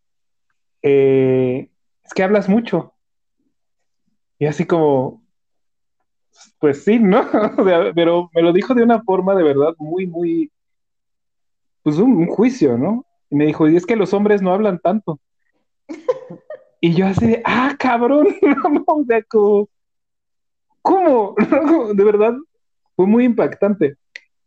eh, es que hablas mucho. Y así como, pues sí, ¿no? O sea, pero me lo dijo de una forma de verdad muy, muy, pues un, un juicio, ¿no? Y me dijo, y es que los hombres no hablan tanto. Y yo así de, ah, cabrón, no, no, o sea, como, ¿cómo? No, de verdad, fue muy impactante.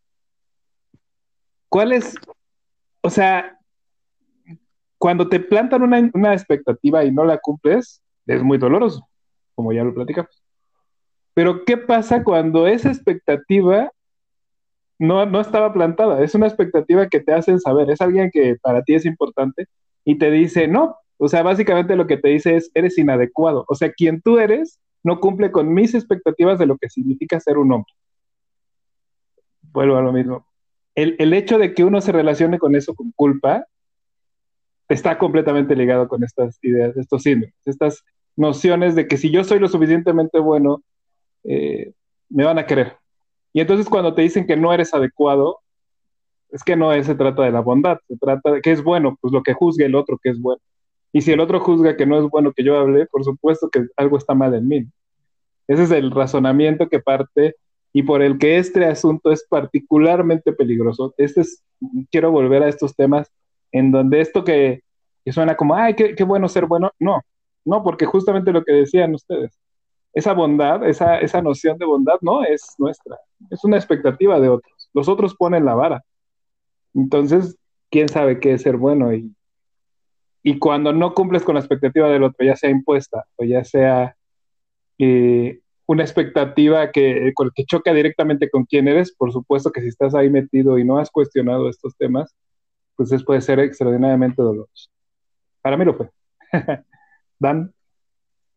¿Cuál es? O sea, cuando te plantan una, una expectativa y no la cumples, es muy doloroso, como ya lo platicamos. Pero ¿qué pasa cuando esa expectativa no, no estaba plantada? Es una expectativa que te hacen saber, es alguien que para ti es importante y te dice, no, o sea, básicamente lo que te dice es, eres inadecuado, o sea, quien tú eres no cumple con mis expectativas de lo que significa ser un hombre. Vuelvo a lo mismo. El, el hecho de que uno se relacione con eso con culpa está completamente ligado con estas ideas, estos síndromes, estas nociones de que si yo soy lo suficientemente bueno, eh, me van a querer. Y entonces cuando te dicen que no eres adecuado, es que no es, se trata de la bondad, se trata de que es bueno, pues lo que juzgue el otro que es bueno. Y si el otro juzga que no es bueno que yo hable, por supuesto que algo está mal en mí. Ese es el razonamiento que parte y por el que este asunto es particularmente peligroso. Este es, quiero volver a estos temas en donde esto que, que suena como, ay, qué, qué bueno ser bueno, no, no, porque justamente lo que decían ustedes, esa bondad, esa, esa noción de bondad no es nuestra, es una expectativa de otros. Los otros ponen la vara. Entonces, ¿quién sabe qué es ser bueno? Y, y cuando no cumples con la expectativa del otro, ya sea impuesta o ya sea eh, una expectativa que, que choca directamente con quién eres, por supuesto que si estás ahí metido y no has cuestionado estos temas, pues eso puede ser extraordinariamente doloroso. Para mí lo fue. Dan.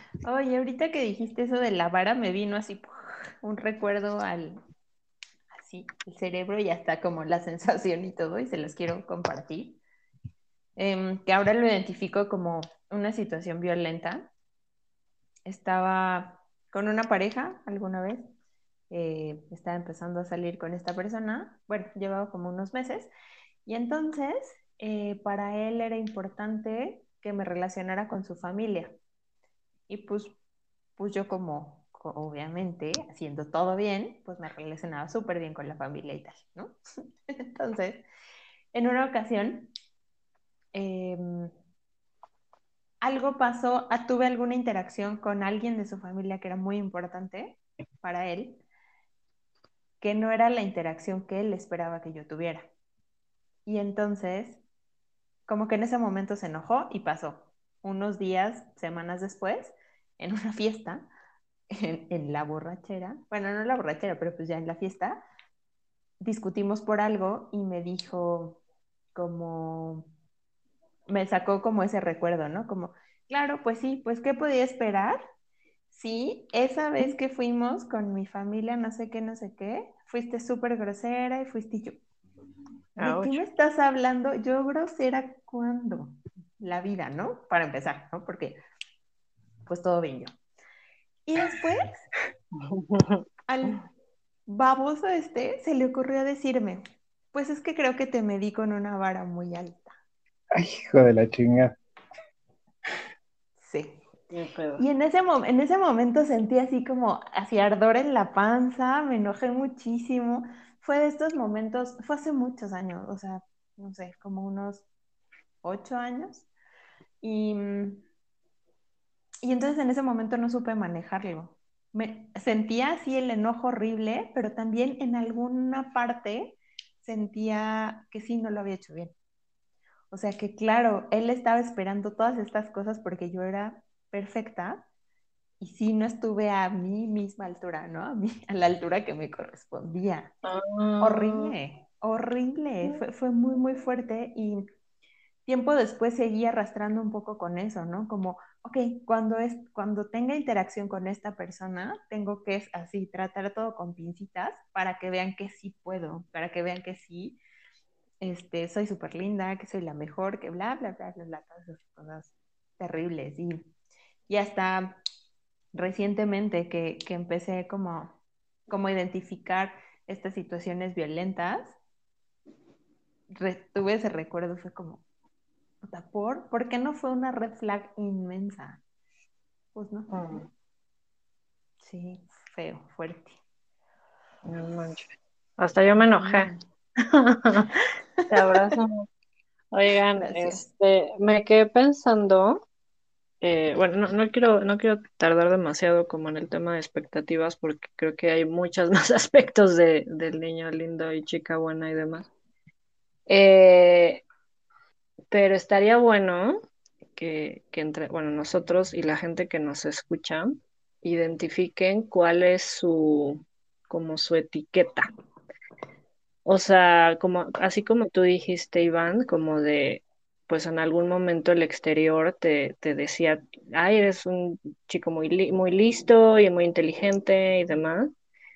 Oye, ahorita que dijiste eso de la vara, me vino así ¡puf! Un recuerdo al, así, el cerebro y hasta como la sensación y todo, y se los quiero compartir. Em, que ahora lo identifico como una situación violenta. Estaba con una pareja alguna vez, eh, estaba empezando a salir con esta persona, bueno, llevaba como unos meses, y entonces eh, para él era importante que me relacionara con su familia. Y pues, pues yo como, co- obviamente, haciendo todo bien, pues me relacionaba súper bien con la familia y tal, ¿no? Entonces, en una ocasión, em, algo pasó, ah, tuve alguna interacción con alguien de su familia que era muy importante para él, que no era la interacción que él esperaba que yo tuviera. Y entonces, como que en ese momento se enojó y pasó. Unos días, semanas después, en una fiesta, en, en la borrachera, bueno, no en la borrachera, pero pues ya en la fiesta, discutimos por algo y me dijo como, me sacó como ese recuerdo, ¿no? Como, claro, pues sí, pues ¿qué podía esperar? Sí, esa vez que fuimos con mi familia, no sé qué, no sé qué, fuiste súper grosera y fuiste y yo. ¿De qué Ouch. me estás hablando? Yo grosera, ¿cuándo? La vida, ¿no? Para empezar, ¿no? Porque pues todo bien yo. Y después, al baboso este, se le ocurrió decirme, pues es que creo que te medí con una vara muy alta. Ay, hijo de la chingada. Sí. Qué pedo. Y en ese, mo- en ese momento sentí así como, así ardor en la panza, me enojé muchísimo. Fue de estos momentos, fue hace muchos años, o sea, no sé, como unos ocho años. Y, mm, y entonces en ese momento no supe manejarlo. Me sentía así el enojo horrible, pero también en alguna parte sentía que sí, no lo había hecho bien. O sea que claro, él estaba esperando todas estas cosas porque yo era perfecta y sí no estuve a mi misma altura, ¿no? A, mí, a la altura que me correspondía. Ah, Horrible, horrible, fue, fue muy, muy fuerte y tiempo después seguí arrastrando un poco con eso, ¿no? Como, ok, cuando, es, cuando tenga interacción con esta persona, tengo que es así, tratar todo con pincitas para que vean que sí puedo, para que vean que sí, este, soy súper linda, que soy la mejor, que bla, bla, bla, bla, bla, todas esas cosas terribles. Y, y hasta recientemente que, que empecé como, como a identificar estas situaciones violentas, re, tuve ese recuerdo, fue como, puta, ¿por? ¿Por qué no fue una red flag inmensa? Pues no. mm, Sí, feo, fuerte. no manches. Hasta yo me enojé. Mm, Te abrazo. Oigan, gracias. este, me quedé pensando, eh, bueno, no, no quiero, no quiero tardar demasiado como en el tema de expectativas, porque creo que hay muchos más aspectos de, del niño lindo y chica buena y demás. Eh, pero estaría bueno que, que entre, bueno, nosotros y la gente que nos escucha identifiquen cuál es su, como su etiqueta. O sea, como, así como tú dijiste, Iván, como de, pues en algún momento el exterior te, te decía, ay, eres un chico muy, li- muy listo y muy inteligente y demás.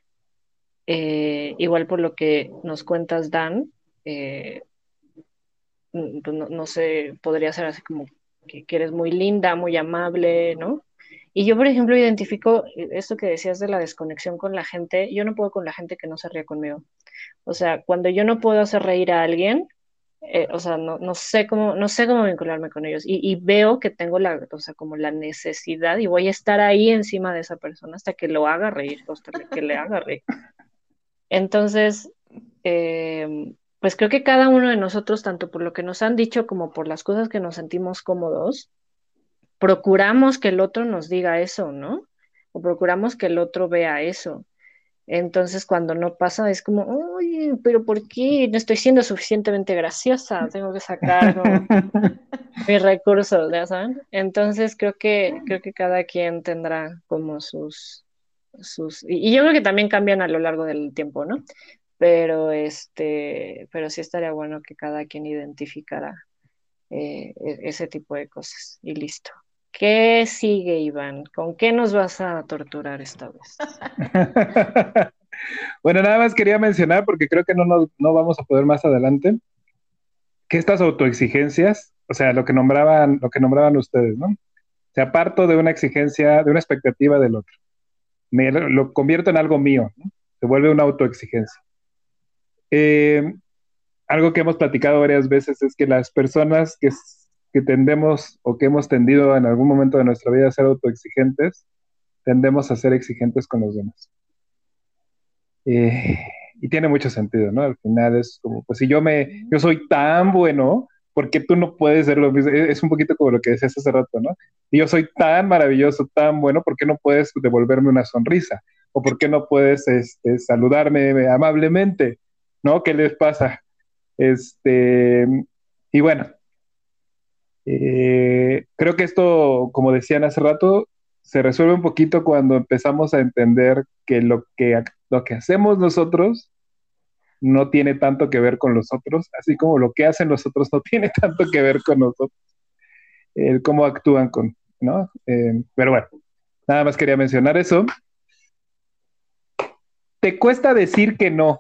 Eh, igual por lo que nos cuentas, Dan, eh, mm, pues no, no sé, podría ser así como que, que eres muy linda, muy amable, ¿no? Y yo, por ejemplo, identifico eh, esto que decías de la desconexión con la gente. Yo no puedo con la gente que no se ríe conmigo. O sea, cuando yo no puedo hacer reír a alguien, eh, o sea, no, no sé cómo, no sé cómo vincularme con ellos. Y, y veo que tengo la, o sea, como la necesidad y voy a estar ahí encima de esa persona hasta que lo haga reír, hasta que le haga reír. Entonces, eh, pues creo que cada uno de nosotros, tanto por lo que nos han dicho como por las cosas que nos sentimos cómodos, procuramos que el otro nos diga eso, ¿no? O procuramos que el otro vea eso. Entonces, cuando no pasa, es como, oye, pero ¿por qué no estoy siendo suficientemente graciosa? Tengo que sacar como mis recursos, ¿ya saben? Entonces, creo que, creo que cada quien tendrá como sus, sus, y, y yo creo que también cambian a lo largo del tiempo, ¿no? Pero este, pero sí estaría bueno que cada quien identificara eh, e- ese tipo de cosas y listo. ¿Qué sigue, Iván? ¿Con qué nos vas a torturar esta vez? Bueno, nada más quería mencionar, porque creo que no, nos, no vamos a poder más adelante, que estas autoexigencias, o sea, lo que nombraban, lo que nombraban ustedes, ¿no? Se aparto de una exigencia, de una expectativa del otro. Me lo, lo convierto en algo mío, ¿no? Se vuelve una autoexigencia. Eh, Algo que hemos platicado varias veces es que las personas que, que tendemos o que hemos tendido en algún momento de nuestra vida a ser autoexigentes, tendemos a ser exigentes con los demás. Eh, y tiene mucho sentido, ¿no? Al final es como, pues si yo me, yo soy tan bueno, ¿por qué tú no puedes ser lo mismo? Es un poquito como lo que decías hace rato, ¿no? Y yo soy tan maravilloso, tan bueno, ¿por qué no puedes devolverme una sonrisa? ¿O por qué no puedes este, saludarme amablemente? ¿No? ¿Qué les pasa? Este, y bueno, eh, creo que esto, como decían hace rato, se resuelve un poquito cuando empezamos a entender que lo que, lo que hacemos nosotros no tiene tanto que ver con los otros, así como lo que hacen los otros no tiene tanto que ver con nosotros, eh, cómo actúan con, ¿no? Eh, pero bueno, nada más quería mencionar eso. Te cuesta decir que no.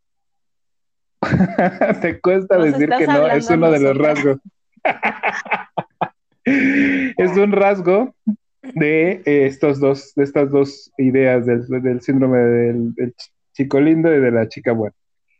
Te cuesta Nos decir estás que no, es hablando a uno de los nosotras. rasgos. Es un rasgo de eh, estos dos, de estas dos ideas del, del síndrome del, del chico lindo y de la chica buena.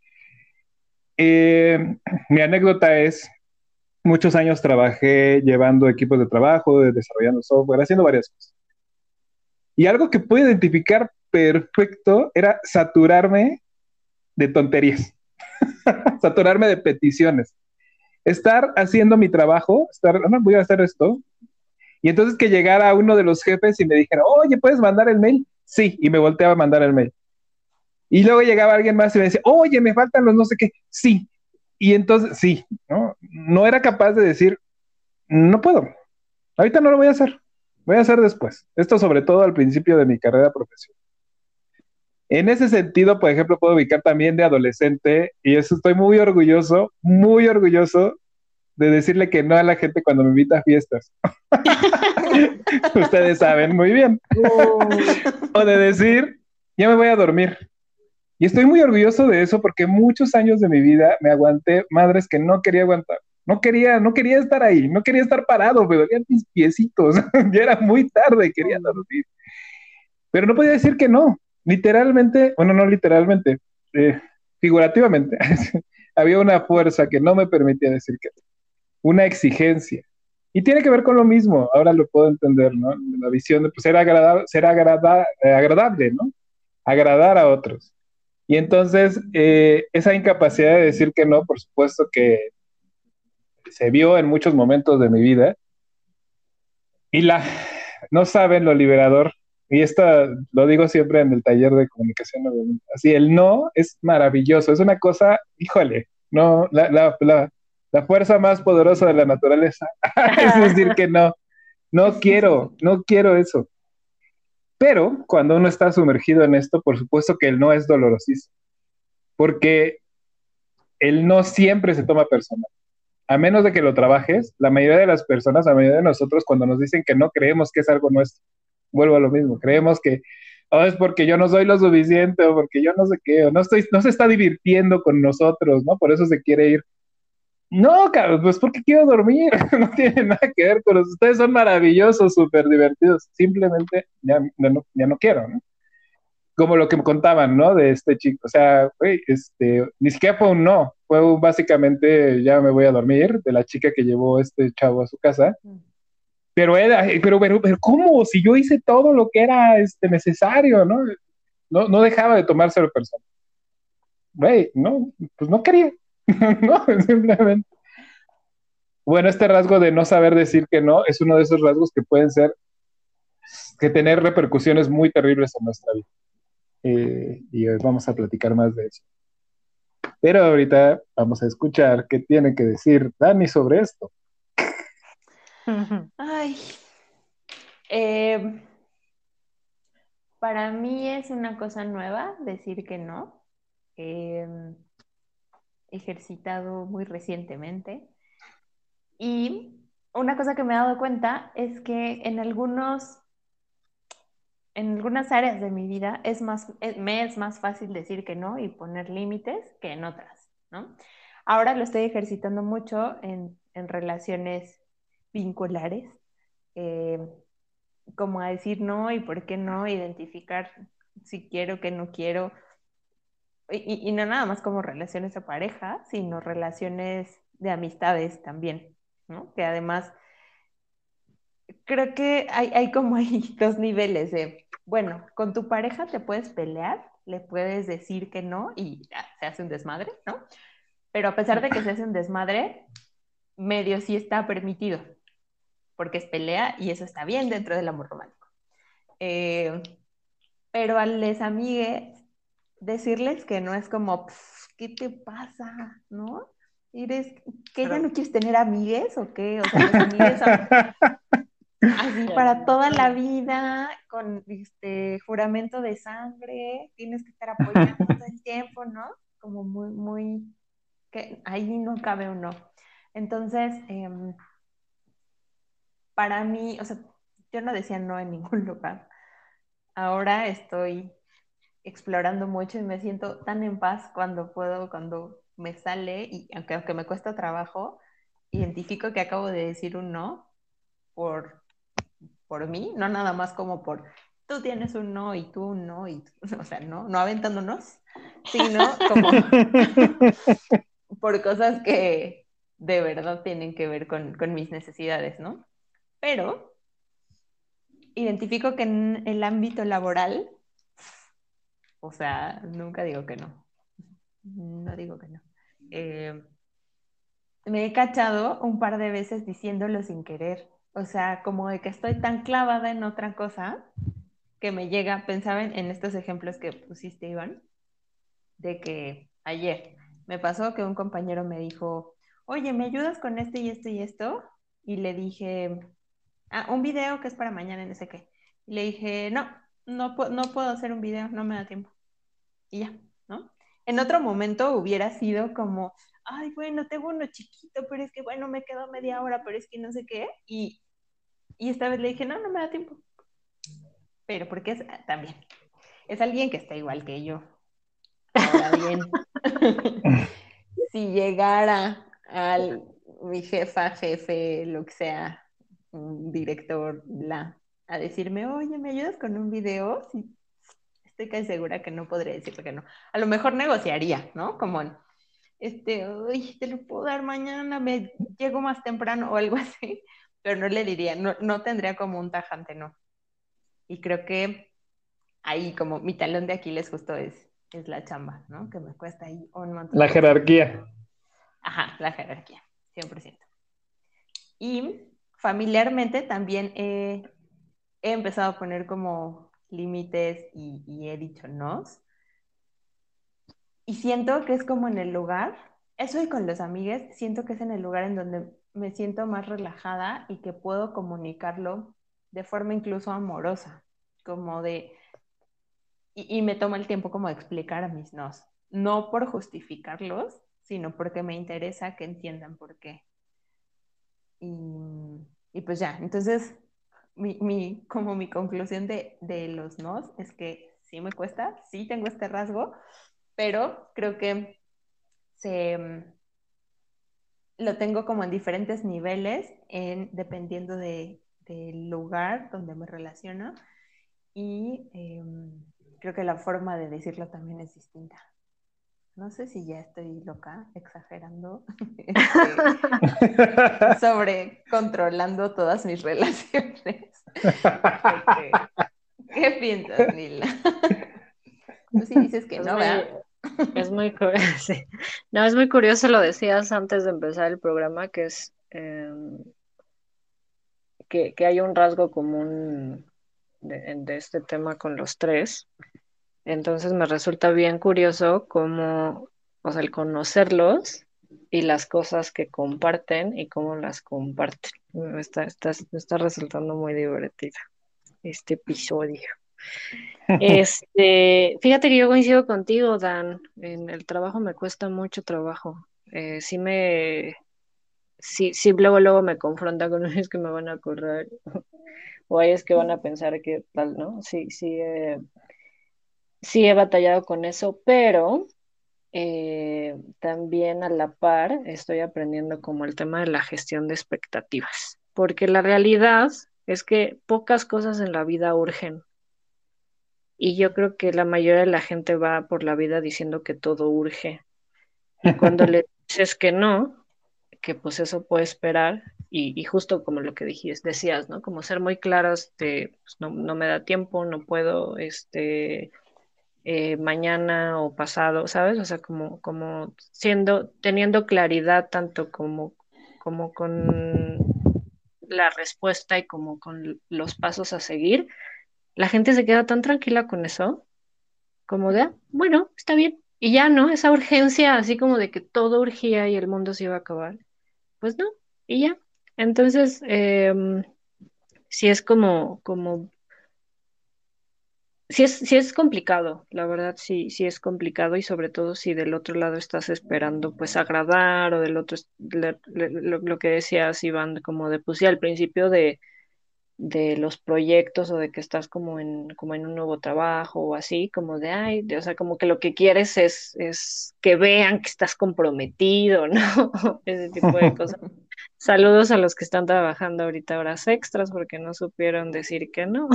Eh, Mi anécdota es, muchos años trabajé llevando equipos de trabajo, de- desarrollando software, haciendo varias cosas. Y algo que pude identificar perfecto era saturarme de tonterías, saturarme de peticiones. Estar haciendo mi trabajo, estar, no, voy a hacer esto, y entonces que llegara uno de los jefes y me dijera, oye, ¿puedes mandar el mail? Sí, y me volteaba a mandar el mail. Y luego llegaba alguien más y me decía, oye, me faltan los no sé qué. Sí. Y entonces, sí, ¿no? No era capaz de decir, no puedo, ahorita no lo voy a hacer, voy a hacer después. Esto sobre todo al principio de mi carrera profesional. En ese sentido, por ejemplo, puedo ubicar también de adolescente, y eso estoy muy orgulloso, muy orgulloso de decirle que no a la gente cuando me invita a fiestas. Ustedes saben muy bien. Uh, O de decir, ya me voy a dormir. Y estoy muy orgulloso de eso porque muchos años de mi vida me aguanté madres que no quería aguantar. No quería, no quería estar ahí, no quería estar parado, me dolían mis piecitos. Ya era muy tarde, quería dormir. Pero no podía decir que no. Literalmente, bueno, no literalmente, eh, figurativamente, había una fuerza que no me permitía decir que no, una exigencia. Y tiene que ver con lo mismo, ahora lo puedo entender, ¿no? La visión de pues, ser, agradable, ser agrada, eh, agradable, ¿no? Agradar a otros. Y entonces, eh, esa incapacidad de decir que no, por supuesto que se vio en muchos momentos de mi vida. Y la, no saben lo liberador, y esto lo digo siempre en el taller de comunicación, obviamente. Así, el no es maravilloso, es una cosa, híjole, no, la, la, la, la fuerza más poderosa de la naturaleza es decir que no, no quiero, no quiero eso. Pero cuando uno está sumergido en esto, por supuesto que el no es dolorosísimo, porque el no siempre se toma personal. A menos de que lo trabajes, la mayoría de las personas, la mayoría de nosotros, cuando nos dicen que no, creemos que es algo nuestro. Vuelvo a lo mismo, creemos que oh, es porque yo no soy lo suficiente o porque yo no sé qué, o no, estoy, no se está divirtiendo con nosotros, ¿no? Por eso se quiere ir. No, cabrón, pues porque quiero dormir, no tiene nada que ver con los, ustedes son maravillosos, súper divertidos, simplemente ya, ya, no, ya no quiero, ¿no? Como lo que me contaban, ¿no? De este chico, o sea, güey, este, ni siquiera fue un no, fue un básicamente ya me voy a dormir, de la chica que llevó este chavo a su casa, pero era, pero, pero, pero, ¿cómo? Si yo hice todo lo que era este, necesario, ¿no? No, no dejaba de tomárselo personal. Güey, no, pues no quería, no, simplemente. Bueno, este rasgo de no saber decir que no es uno de esos rasgos que pueden ser, que tener repercusiones muy terribles en nuestra vida. Eh, y hoy vamos a platicar más de eso. Pero ahorita vamos a escuchar qué tiene que decir Dani sobre esto. Ay, eh, para mí es una cosa nueva decir que no. Eh, ejercitado muy recientemente. Y una cosa que me he dado cuenta es que en algunos, en algunas áreas de mi vida es más, es- me es más fácil decir que no y poner límites que en otras, ¿no? Ahora lo estoy ejercitando mucho en, en relaciones vinculares, eh, como a decir no y por qué no, identificar si quiero, que no quiero, y, y no nada más como relaciones de pareja, sino relaciones de amistades también, ¿no? Que además creo que hay, hay como hay dos niveles de, bueno, con tu pareja te puedes pelear, le puedes decir que no y ya, se hace un desmadre, ¿no? Pero a pesar de que se hace un desmadre, medio sí está permitido, porque es pelea y eso está bien dentro del amor romántico. Eh, pero a les amigues, decirles que no es como, "Pf, ¿qué te pasa? ¿No? ¿Eres que ya Pero no quieres tener amigues o qué? O sea, los amigues son así ya, para toda la no. vida, con este juramento de sangre, tienes que estar apoyando todo el tiempo, ¿no? Como muy, muy, que ahí no cabe un no. Entonces, eh, para mí, o sea, yo no decía no en ningún lugar. Ahora estoy explorando mucho y me siento tan en paz cuando puedo, cuando me sale, y aunque, aunque me cuesta trabajo, identifico que acabo de decir un no por, por mí, no nada más como por tú tienes un no y tú un no, y tú, o sea, no, no aventándonos, sino como por cosas que de verdad tienen que ver con, con mis necesidades, ¿no? Pero identifico que en el ámbito laboral, o sea, nunca digo que no, no digo que no. Eh, me he cachado un par de veces diciéndolo sin querer, o sea, como de que estoy tan clavada en otra cosa que me llega, pensaba en, en estos ejemplos que pusiste, Iván, de que ayer me pasó que un compañero me dijo, oye, ¿me ayudas con esto y esto y esto? Y le dije, ah, un video que es para mañana, no sé qué. Y le dije, no, no, pu- no puedo hacer un video, no me da tiempo. Y ya, ¿no? En otro momento hubiera sido como, ay, bueno, tengo uno chiquito, pero es que, bueno, me quedo media hora, pero es que no sé qué. Y, y esta vez le dije, no, no me da tiempo. Pero porque es también, es alguien que está igual que yo. Ahora bien, si llegara al mi jefa, jefe, lo que sea, un director, bla, a decirme, oye, ¿me ayudas con un video? Sí, estoy casi segura que no podría decirle que no. A lo mejor negociaría, ¿no? Como en, este, uy, te lo puedo dar mañana, me llego más temprano o algo así, pero no le diría, no, no tendría como un tajante, no. Y creo que ahí como mi talón de Aquiles justo es, es la chamba, ¿no? Que me cuesta ahí un montón La de decir que no. jerarquía. Ajá, la jerarquía, cien por ciento. Y familiarmente también he, he empezado a poner como límites y, y he dicho no. Y siento que es como en el lugar, eso y con los amigos, siento que es en el lugar en donde me siento más relajada y que puedo comunicarlo de forma incluso amorosa, como de, y, y me tomo el tiempo como de explicar mis nos, no por justificarlos, sino porque me interesa que entiendan por qué. Y, y pues ya, entonces, mi, mi, como mi conclusión de, de los nos es que sí me cuesta, sí tengo este rasgo, pero creo que se, lo tengo como en diferentes niveles, en, dependiendo de, del lugar donde me relaciono y eh, creo que la forma de decirlo también es distinta. No sé si ya estoy loca, exagerando, este, sobre controlando todas mis relaciones. Este, ¿qué piensas, Nila? Tú sí dices que Es no, muy, ¿verdad? es muy, cu- sí. No, es muy curioso, lo decías antes de empezar el programa, que es eh, que, que hay un rasgo común de, de este tema con los tres. Entonces me resulta bien curioso cómo, o sea, el conocerlos y las cosas que comparten y cómo las comparten. Me está, está, me está resultando muy divertido este episodio. Este, fíjate que yo coincido contigo, Dan. En el trabajo me cuesta mucho trabajo. Eh, sí me, sí, sí, luego, luego me confronta con es que me van a correr, o hay es que van a pensar que tal, ¿no? Sí, sí, eh, sí he batallado con eso, pero eh, también a la par estoy aprendiendo como el tema de la gestión de expectativas, porque la realidad es que pocas cosas en la vida urgen. Y yo creo que la mayoría de la gente va por la vida diciendo que todo urge. Y cuando le dices que no, que pues eso puede esperar, y, y justo como lo que dijiste, decías, ¿no? Como ser muy claros de, pues, no, no me da tiempo, no puedo, este, eh, mañana o pasado, ¿sabes? O sea, como, como siendo, teniendo claridad tanto como, como con la respuesta y como con los pasos a seguir, la gente se queda tan tranquila con eso como de, "Ah, bueno, está bien". Y ya, ¿no? Esa urgencia, así como de que todo urgía y el mundo se iba a acabar. Pues no, y ya. Entonces, em, sí es como, como, sí es, sí es complicado, la verdad, sí, sí es complicado y sobre todo si del otro lado estás esperando pues agradar o del otro, es- le- le- lo, lo que decías, Iván, como de, pues sí, al principio de de los proyectos o de que estás como en, como en un nuevo trabajo o así, como de, ay, de- o sea, como que lo que quieres es, es que vean que estás comprometido, ¿no? Ese tipo de cosas. Saludos a los que están trabajando ahorita horas extras porque no supieron decir que no.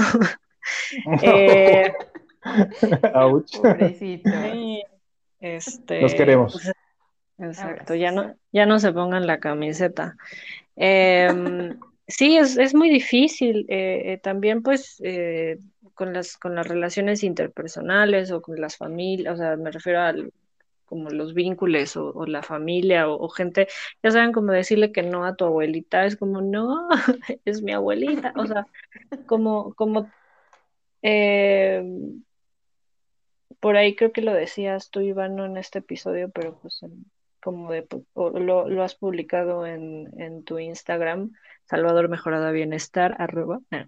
Eh, Ouch. Pobrecitos. sí, Los este, queremos. pues, exacto, ya Abrazos. no, ya no se pongan la camiseta. Em, sí, es, es muy difícil. Eh, eh, también, pues, eh, con las, con las relaciones interpersonales o con las familias, o sea, me refiero a como los vínculos o, o la familia o, o gente, ya saben, como decirle que no a tu abuelita, es como, no, es mi abuelita. O sea, como, como, eh, por ahí creo que lo decías tú, Iván, no en este episodio, pero pues en- como de, pu- o lo, lo has publicado en, en tu Instagram, Salvador Mejorada Bienestar, arroba. ah,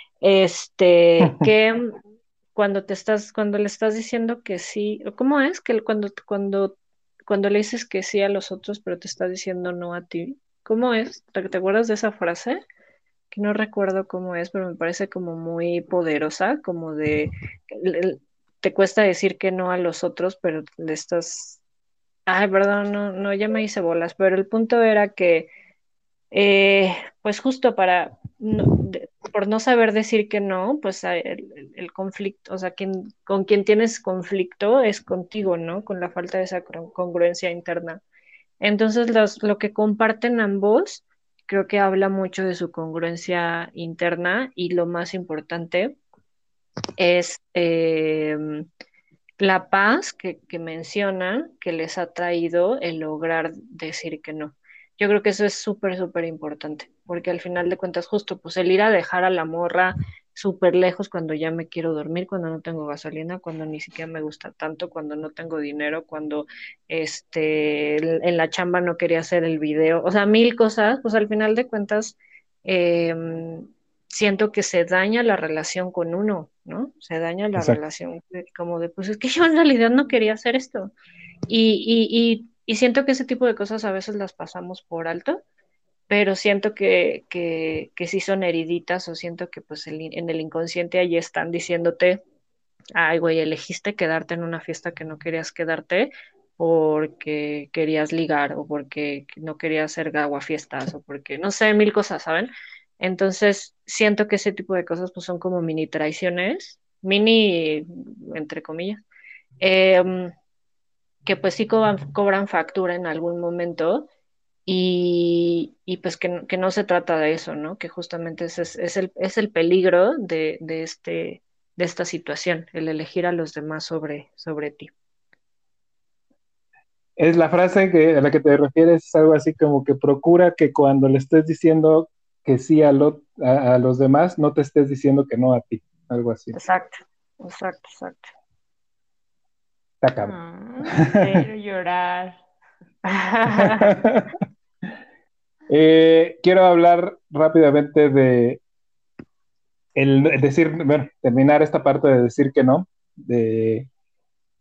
Este, que cuando te estás, cuando le estás diciendo que sí, o ¿cómo es? Que cuando, cuando, cuando le dices que sí a los otros, pero te estás diciendo no a ti. ¿Cómo es? ¿Te, te acuerdas de esa frase? Que no recuerdo cómo es, pero me parece como muy poderosa, como de le- le- te cuesta decir que no a los otros, pero le estás, ay, perdón, no, no, ya me hice bolas, pero el punto era que, eh, pues justo para, no- de- por no saber decir que no, pues hay el, el- el conflicto, o sea, quien, con quien tienes conflicto es contigo, ¿no? Con la falta de esa congru- congruencia interna. Entonces, los, lo que comparten ambos, creo que habla mucho de su congruencia interna y lo más importante es eh, la paz que, que mencionan que les ha traído el lograr decir que no. Yo creo que eso es súper, súper importante, porque al final de cuentas, justo, pues el ir a dejar a la morra súper lejos cuando ya me quiero dormir, cuando no tengo gasolina, cuando ni siquiera me gusta tanto, cuando no tengo dinero, cuando este, en la chamba no quería hacer el video, o sea, mil cosas, pues al final de cuentas, eh, siento que se daña la relación con uno, ¿no? Se daña la Exacto. relación de- como de, pues es que yo en realidad no quería hacer esto. Y, y, y, y siento que ese tipo de cosas a veces las pasamos por alto, pero siento que, que, que sí son heriditas o siento que pues el- en el inconsciente ahí están diciéndote, ay, güey, elegiste quedarte en una fiesta que no querías quedarte porque querías ligar o porque no querías hacer fiestas o porque, no sé, mil cosas, ¿saben? Entonces, siento que ese tipo de cosas pues son como mini traiciones, mini, entre comillas, em, que pues sí cobran, cobran factura en algún momento y, y pues que, no- que no se trata de eso, ¿no? Que justamente ese es, es el, es el peligro de, de este, de esta situación, el elegir a los demás sobre, sobre ti. Es la frase que, a la que te refieres, es algo así como que procura que cuando le estés diciendo que sí a, lo- a, a los demás, no te estés diciendo que no a ti. Algo así. Exacto, exacto, exacto. Está cabrón. Ah, Sí. quiero llorar. Eh, quiero hablar rápidamente de el decir, bueno, terminar esta parte de decir que no, de,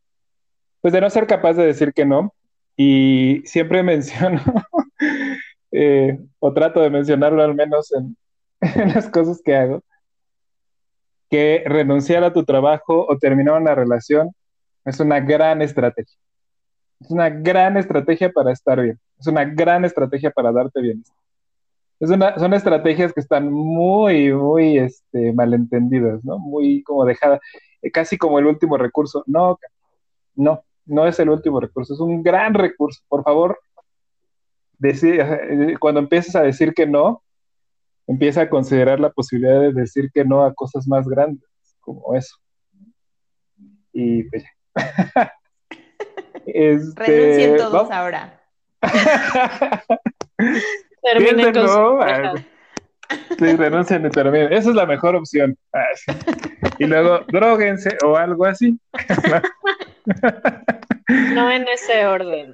pues de no ser capaz de decir que no. Y siempre menciono eh, o trato de mencionarlo al menos en, en las cosas que hago, que renunciar a tu trabajo o terminar una relación es una gran estrategia. Es una gran estrategia para estar bien. Es una gran estrategia para darte bien. Es una, son estrategias que están muy, muy este, malentendidas, ¿no? Muy como dejadas, eh, casi como el último recurso. No, no, no es el último recurso, es un gran recurso. Por favor, decir, eh, cuando empieces a decir que no, empieza a considerar la posibilidad de decir que no a cosas más grandes, como eso. Y pues, Renuncien este, todos vamos. ahora. Terminen con sus Piénsenlo. Ay, parejas. sí, renuncien y terminen. Esa es la mejor opción. Ay, sí. Y luego, droguense o algo así. No en ese orden.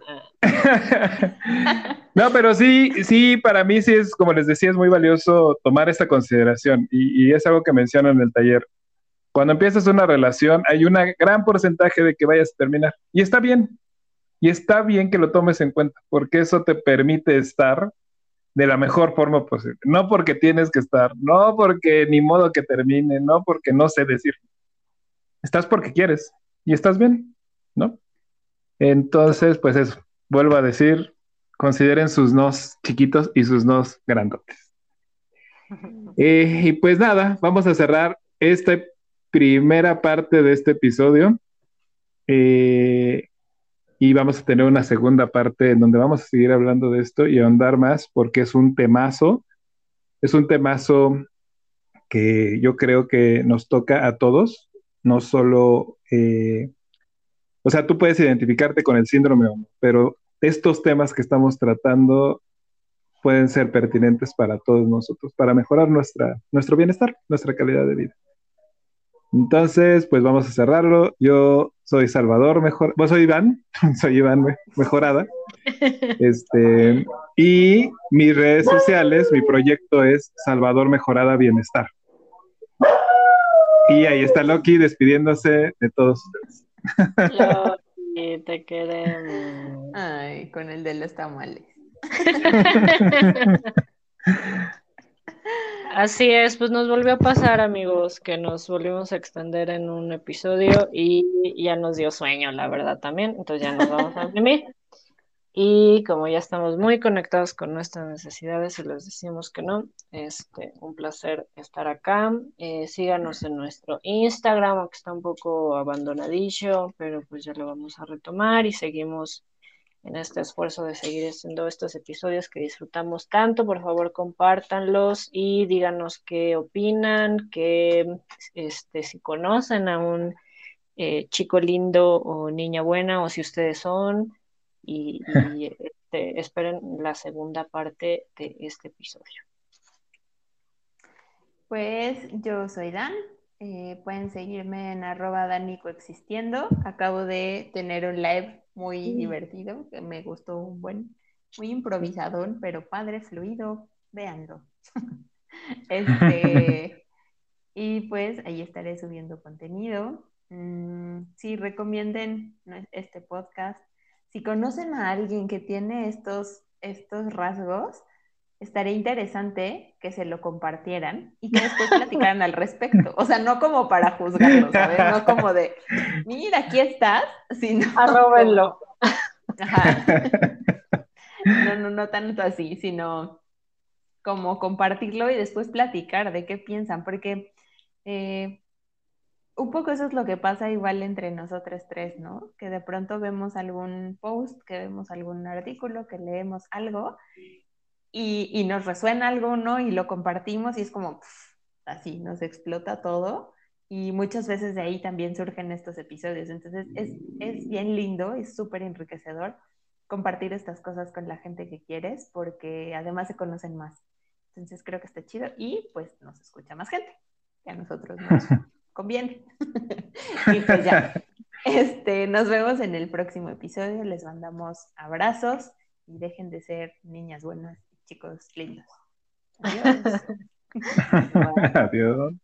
No, pero sí, sí, para mí sí es, como les decía, es muy valioso tomar esta consideración y, y es algo que menciono en el taller. Cuando empiezas una relación, hay un gran porcentaje de que vayas a terminar y está bien, y está bien que lo tomes en cuenta, porque eso te permite estar de la mejor forma posible. No porque tienes que estar, no porque ni modo que termine, no porque no sé decir. Estás porque quieres y estás bien, ¿no? Entonces, pues eso, vuelvo a decir, consideren sus nos chiquitos y sus nos grandotes. Eh, y pues nada, vamos a cerrar esta primera parte de este episodio eh, y vamos a tener una segunda parte en donde vamos a seguir hablando de esto y ahondar más porque es un temazo, es un temazo que yo creo que nos toca a todos, no solo, eh, o sea, tú puedes identificarte con el síndrome o no, pero estos temas que estamos tratando pueden ser pertinentes para todos nosotros, para mejorar nuestra, nuestro bienestar, nuestra calidad de vida. Entonces, pues vamos a cerrarlo. Yo soy Salvador Mejor, vos soy Iván, soy Iván Mejorada. Este, y mis redes sociales, mi proyecto es Salvador Mejorada Bienestar. Y ahí está Loki despidiéndose de todos ustedes. Loki, te queremos. Ay, con el de los tamales. Así es, pues nos volvió a pasar, amigos, que nos volvimos a extender en un episodio y ya nos dio sueño, la verdad, también. Entonces ya nos vamos a imprimir. Y como ya estamos muy conectados con nuestras necesidades y les decimos que no, este, un placer estar acá. Eh, síganos en nuestro Instagram, aunque está un poco abandonadillo, pero pues ya lo vamos a retomar y seguimos en este esfuerzo de seguir haciendo estos episodios que disfrutamos tanto. Por favor, compártanlos y díganos qué opinan, que este, si conocen a un eh, chico lindo o niña buena, o si ustedes son, y, y este, esperen la segunda parte de este episodio. Pues yo soy Dan. Eh, pueden seguirme en arroba danicoexistiendo. Acabo de tener un live muy divertido, que me gustó un buen, muy improvisador, pero padre, fluido. Véanlo. Este, y pues ahí estaré subiendo contenido. Mm, sí, recomienden este podcast. Si conocen a alguien que tiene estos, estos rasgos, estaría interesante que se lo compartieran y que después platicaran al respecto. O sea, no como para juzgarlo, ¿sabes? No como de, mira, aquí estás, sino Arróbenlo. como... Ajá. No, no, no tanto así, sino como compartirlo y después platicar de qué piensan, porque eh, un poco eso es lo que pasa igual entre nosotros tres, ¿no? Que de pronto vemos algún post, que vemos algún artículo, que leemos algo y, y nos resuena algo, ¿no? Y lo compartimos y es como pff, así, nos explota todo. Y muchas veces de ahí también surgen estos episodios. Entonces es, es bien lindo, es súper enriquecedor compartir estas cosas con la gente que quieres porque además se conocen más. Entonces creo que está chido y pues nos escucha más gente, que a nosotros nos conviene. Y pues ya, este, nos vemos en el próximo episodio. Les mandamos abrazos y dejen de ser niñas buenas y chicos lindos. Adiós. Adiós.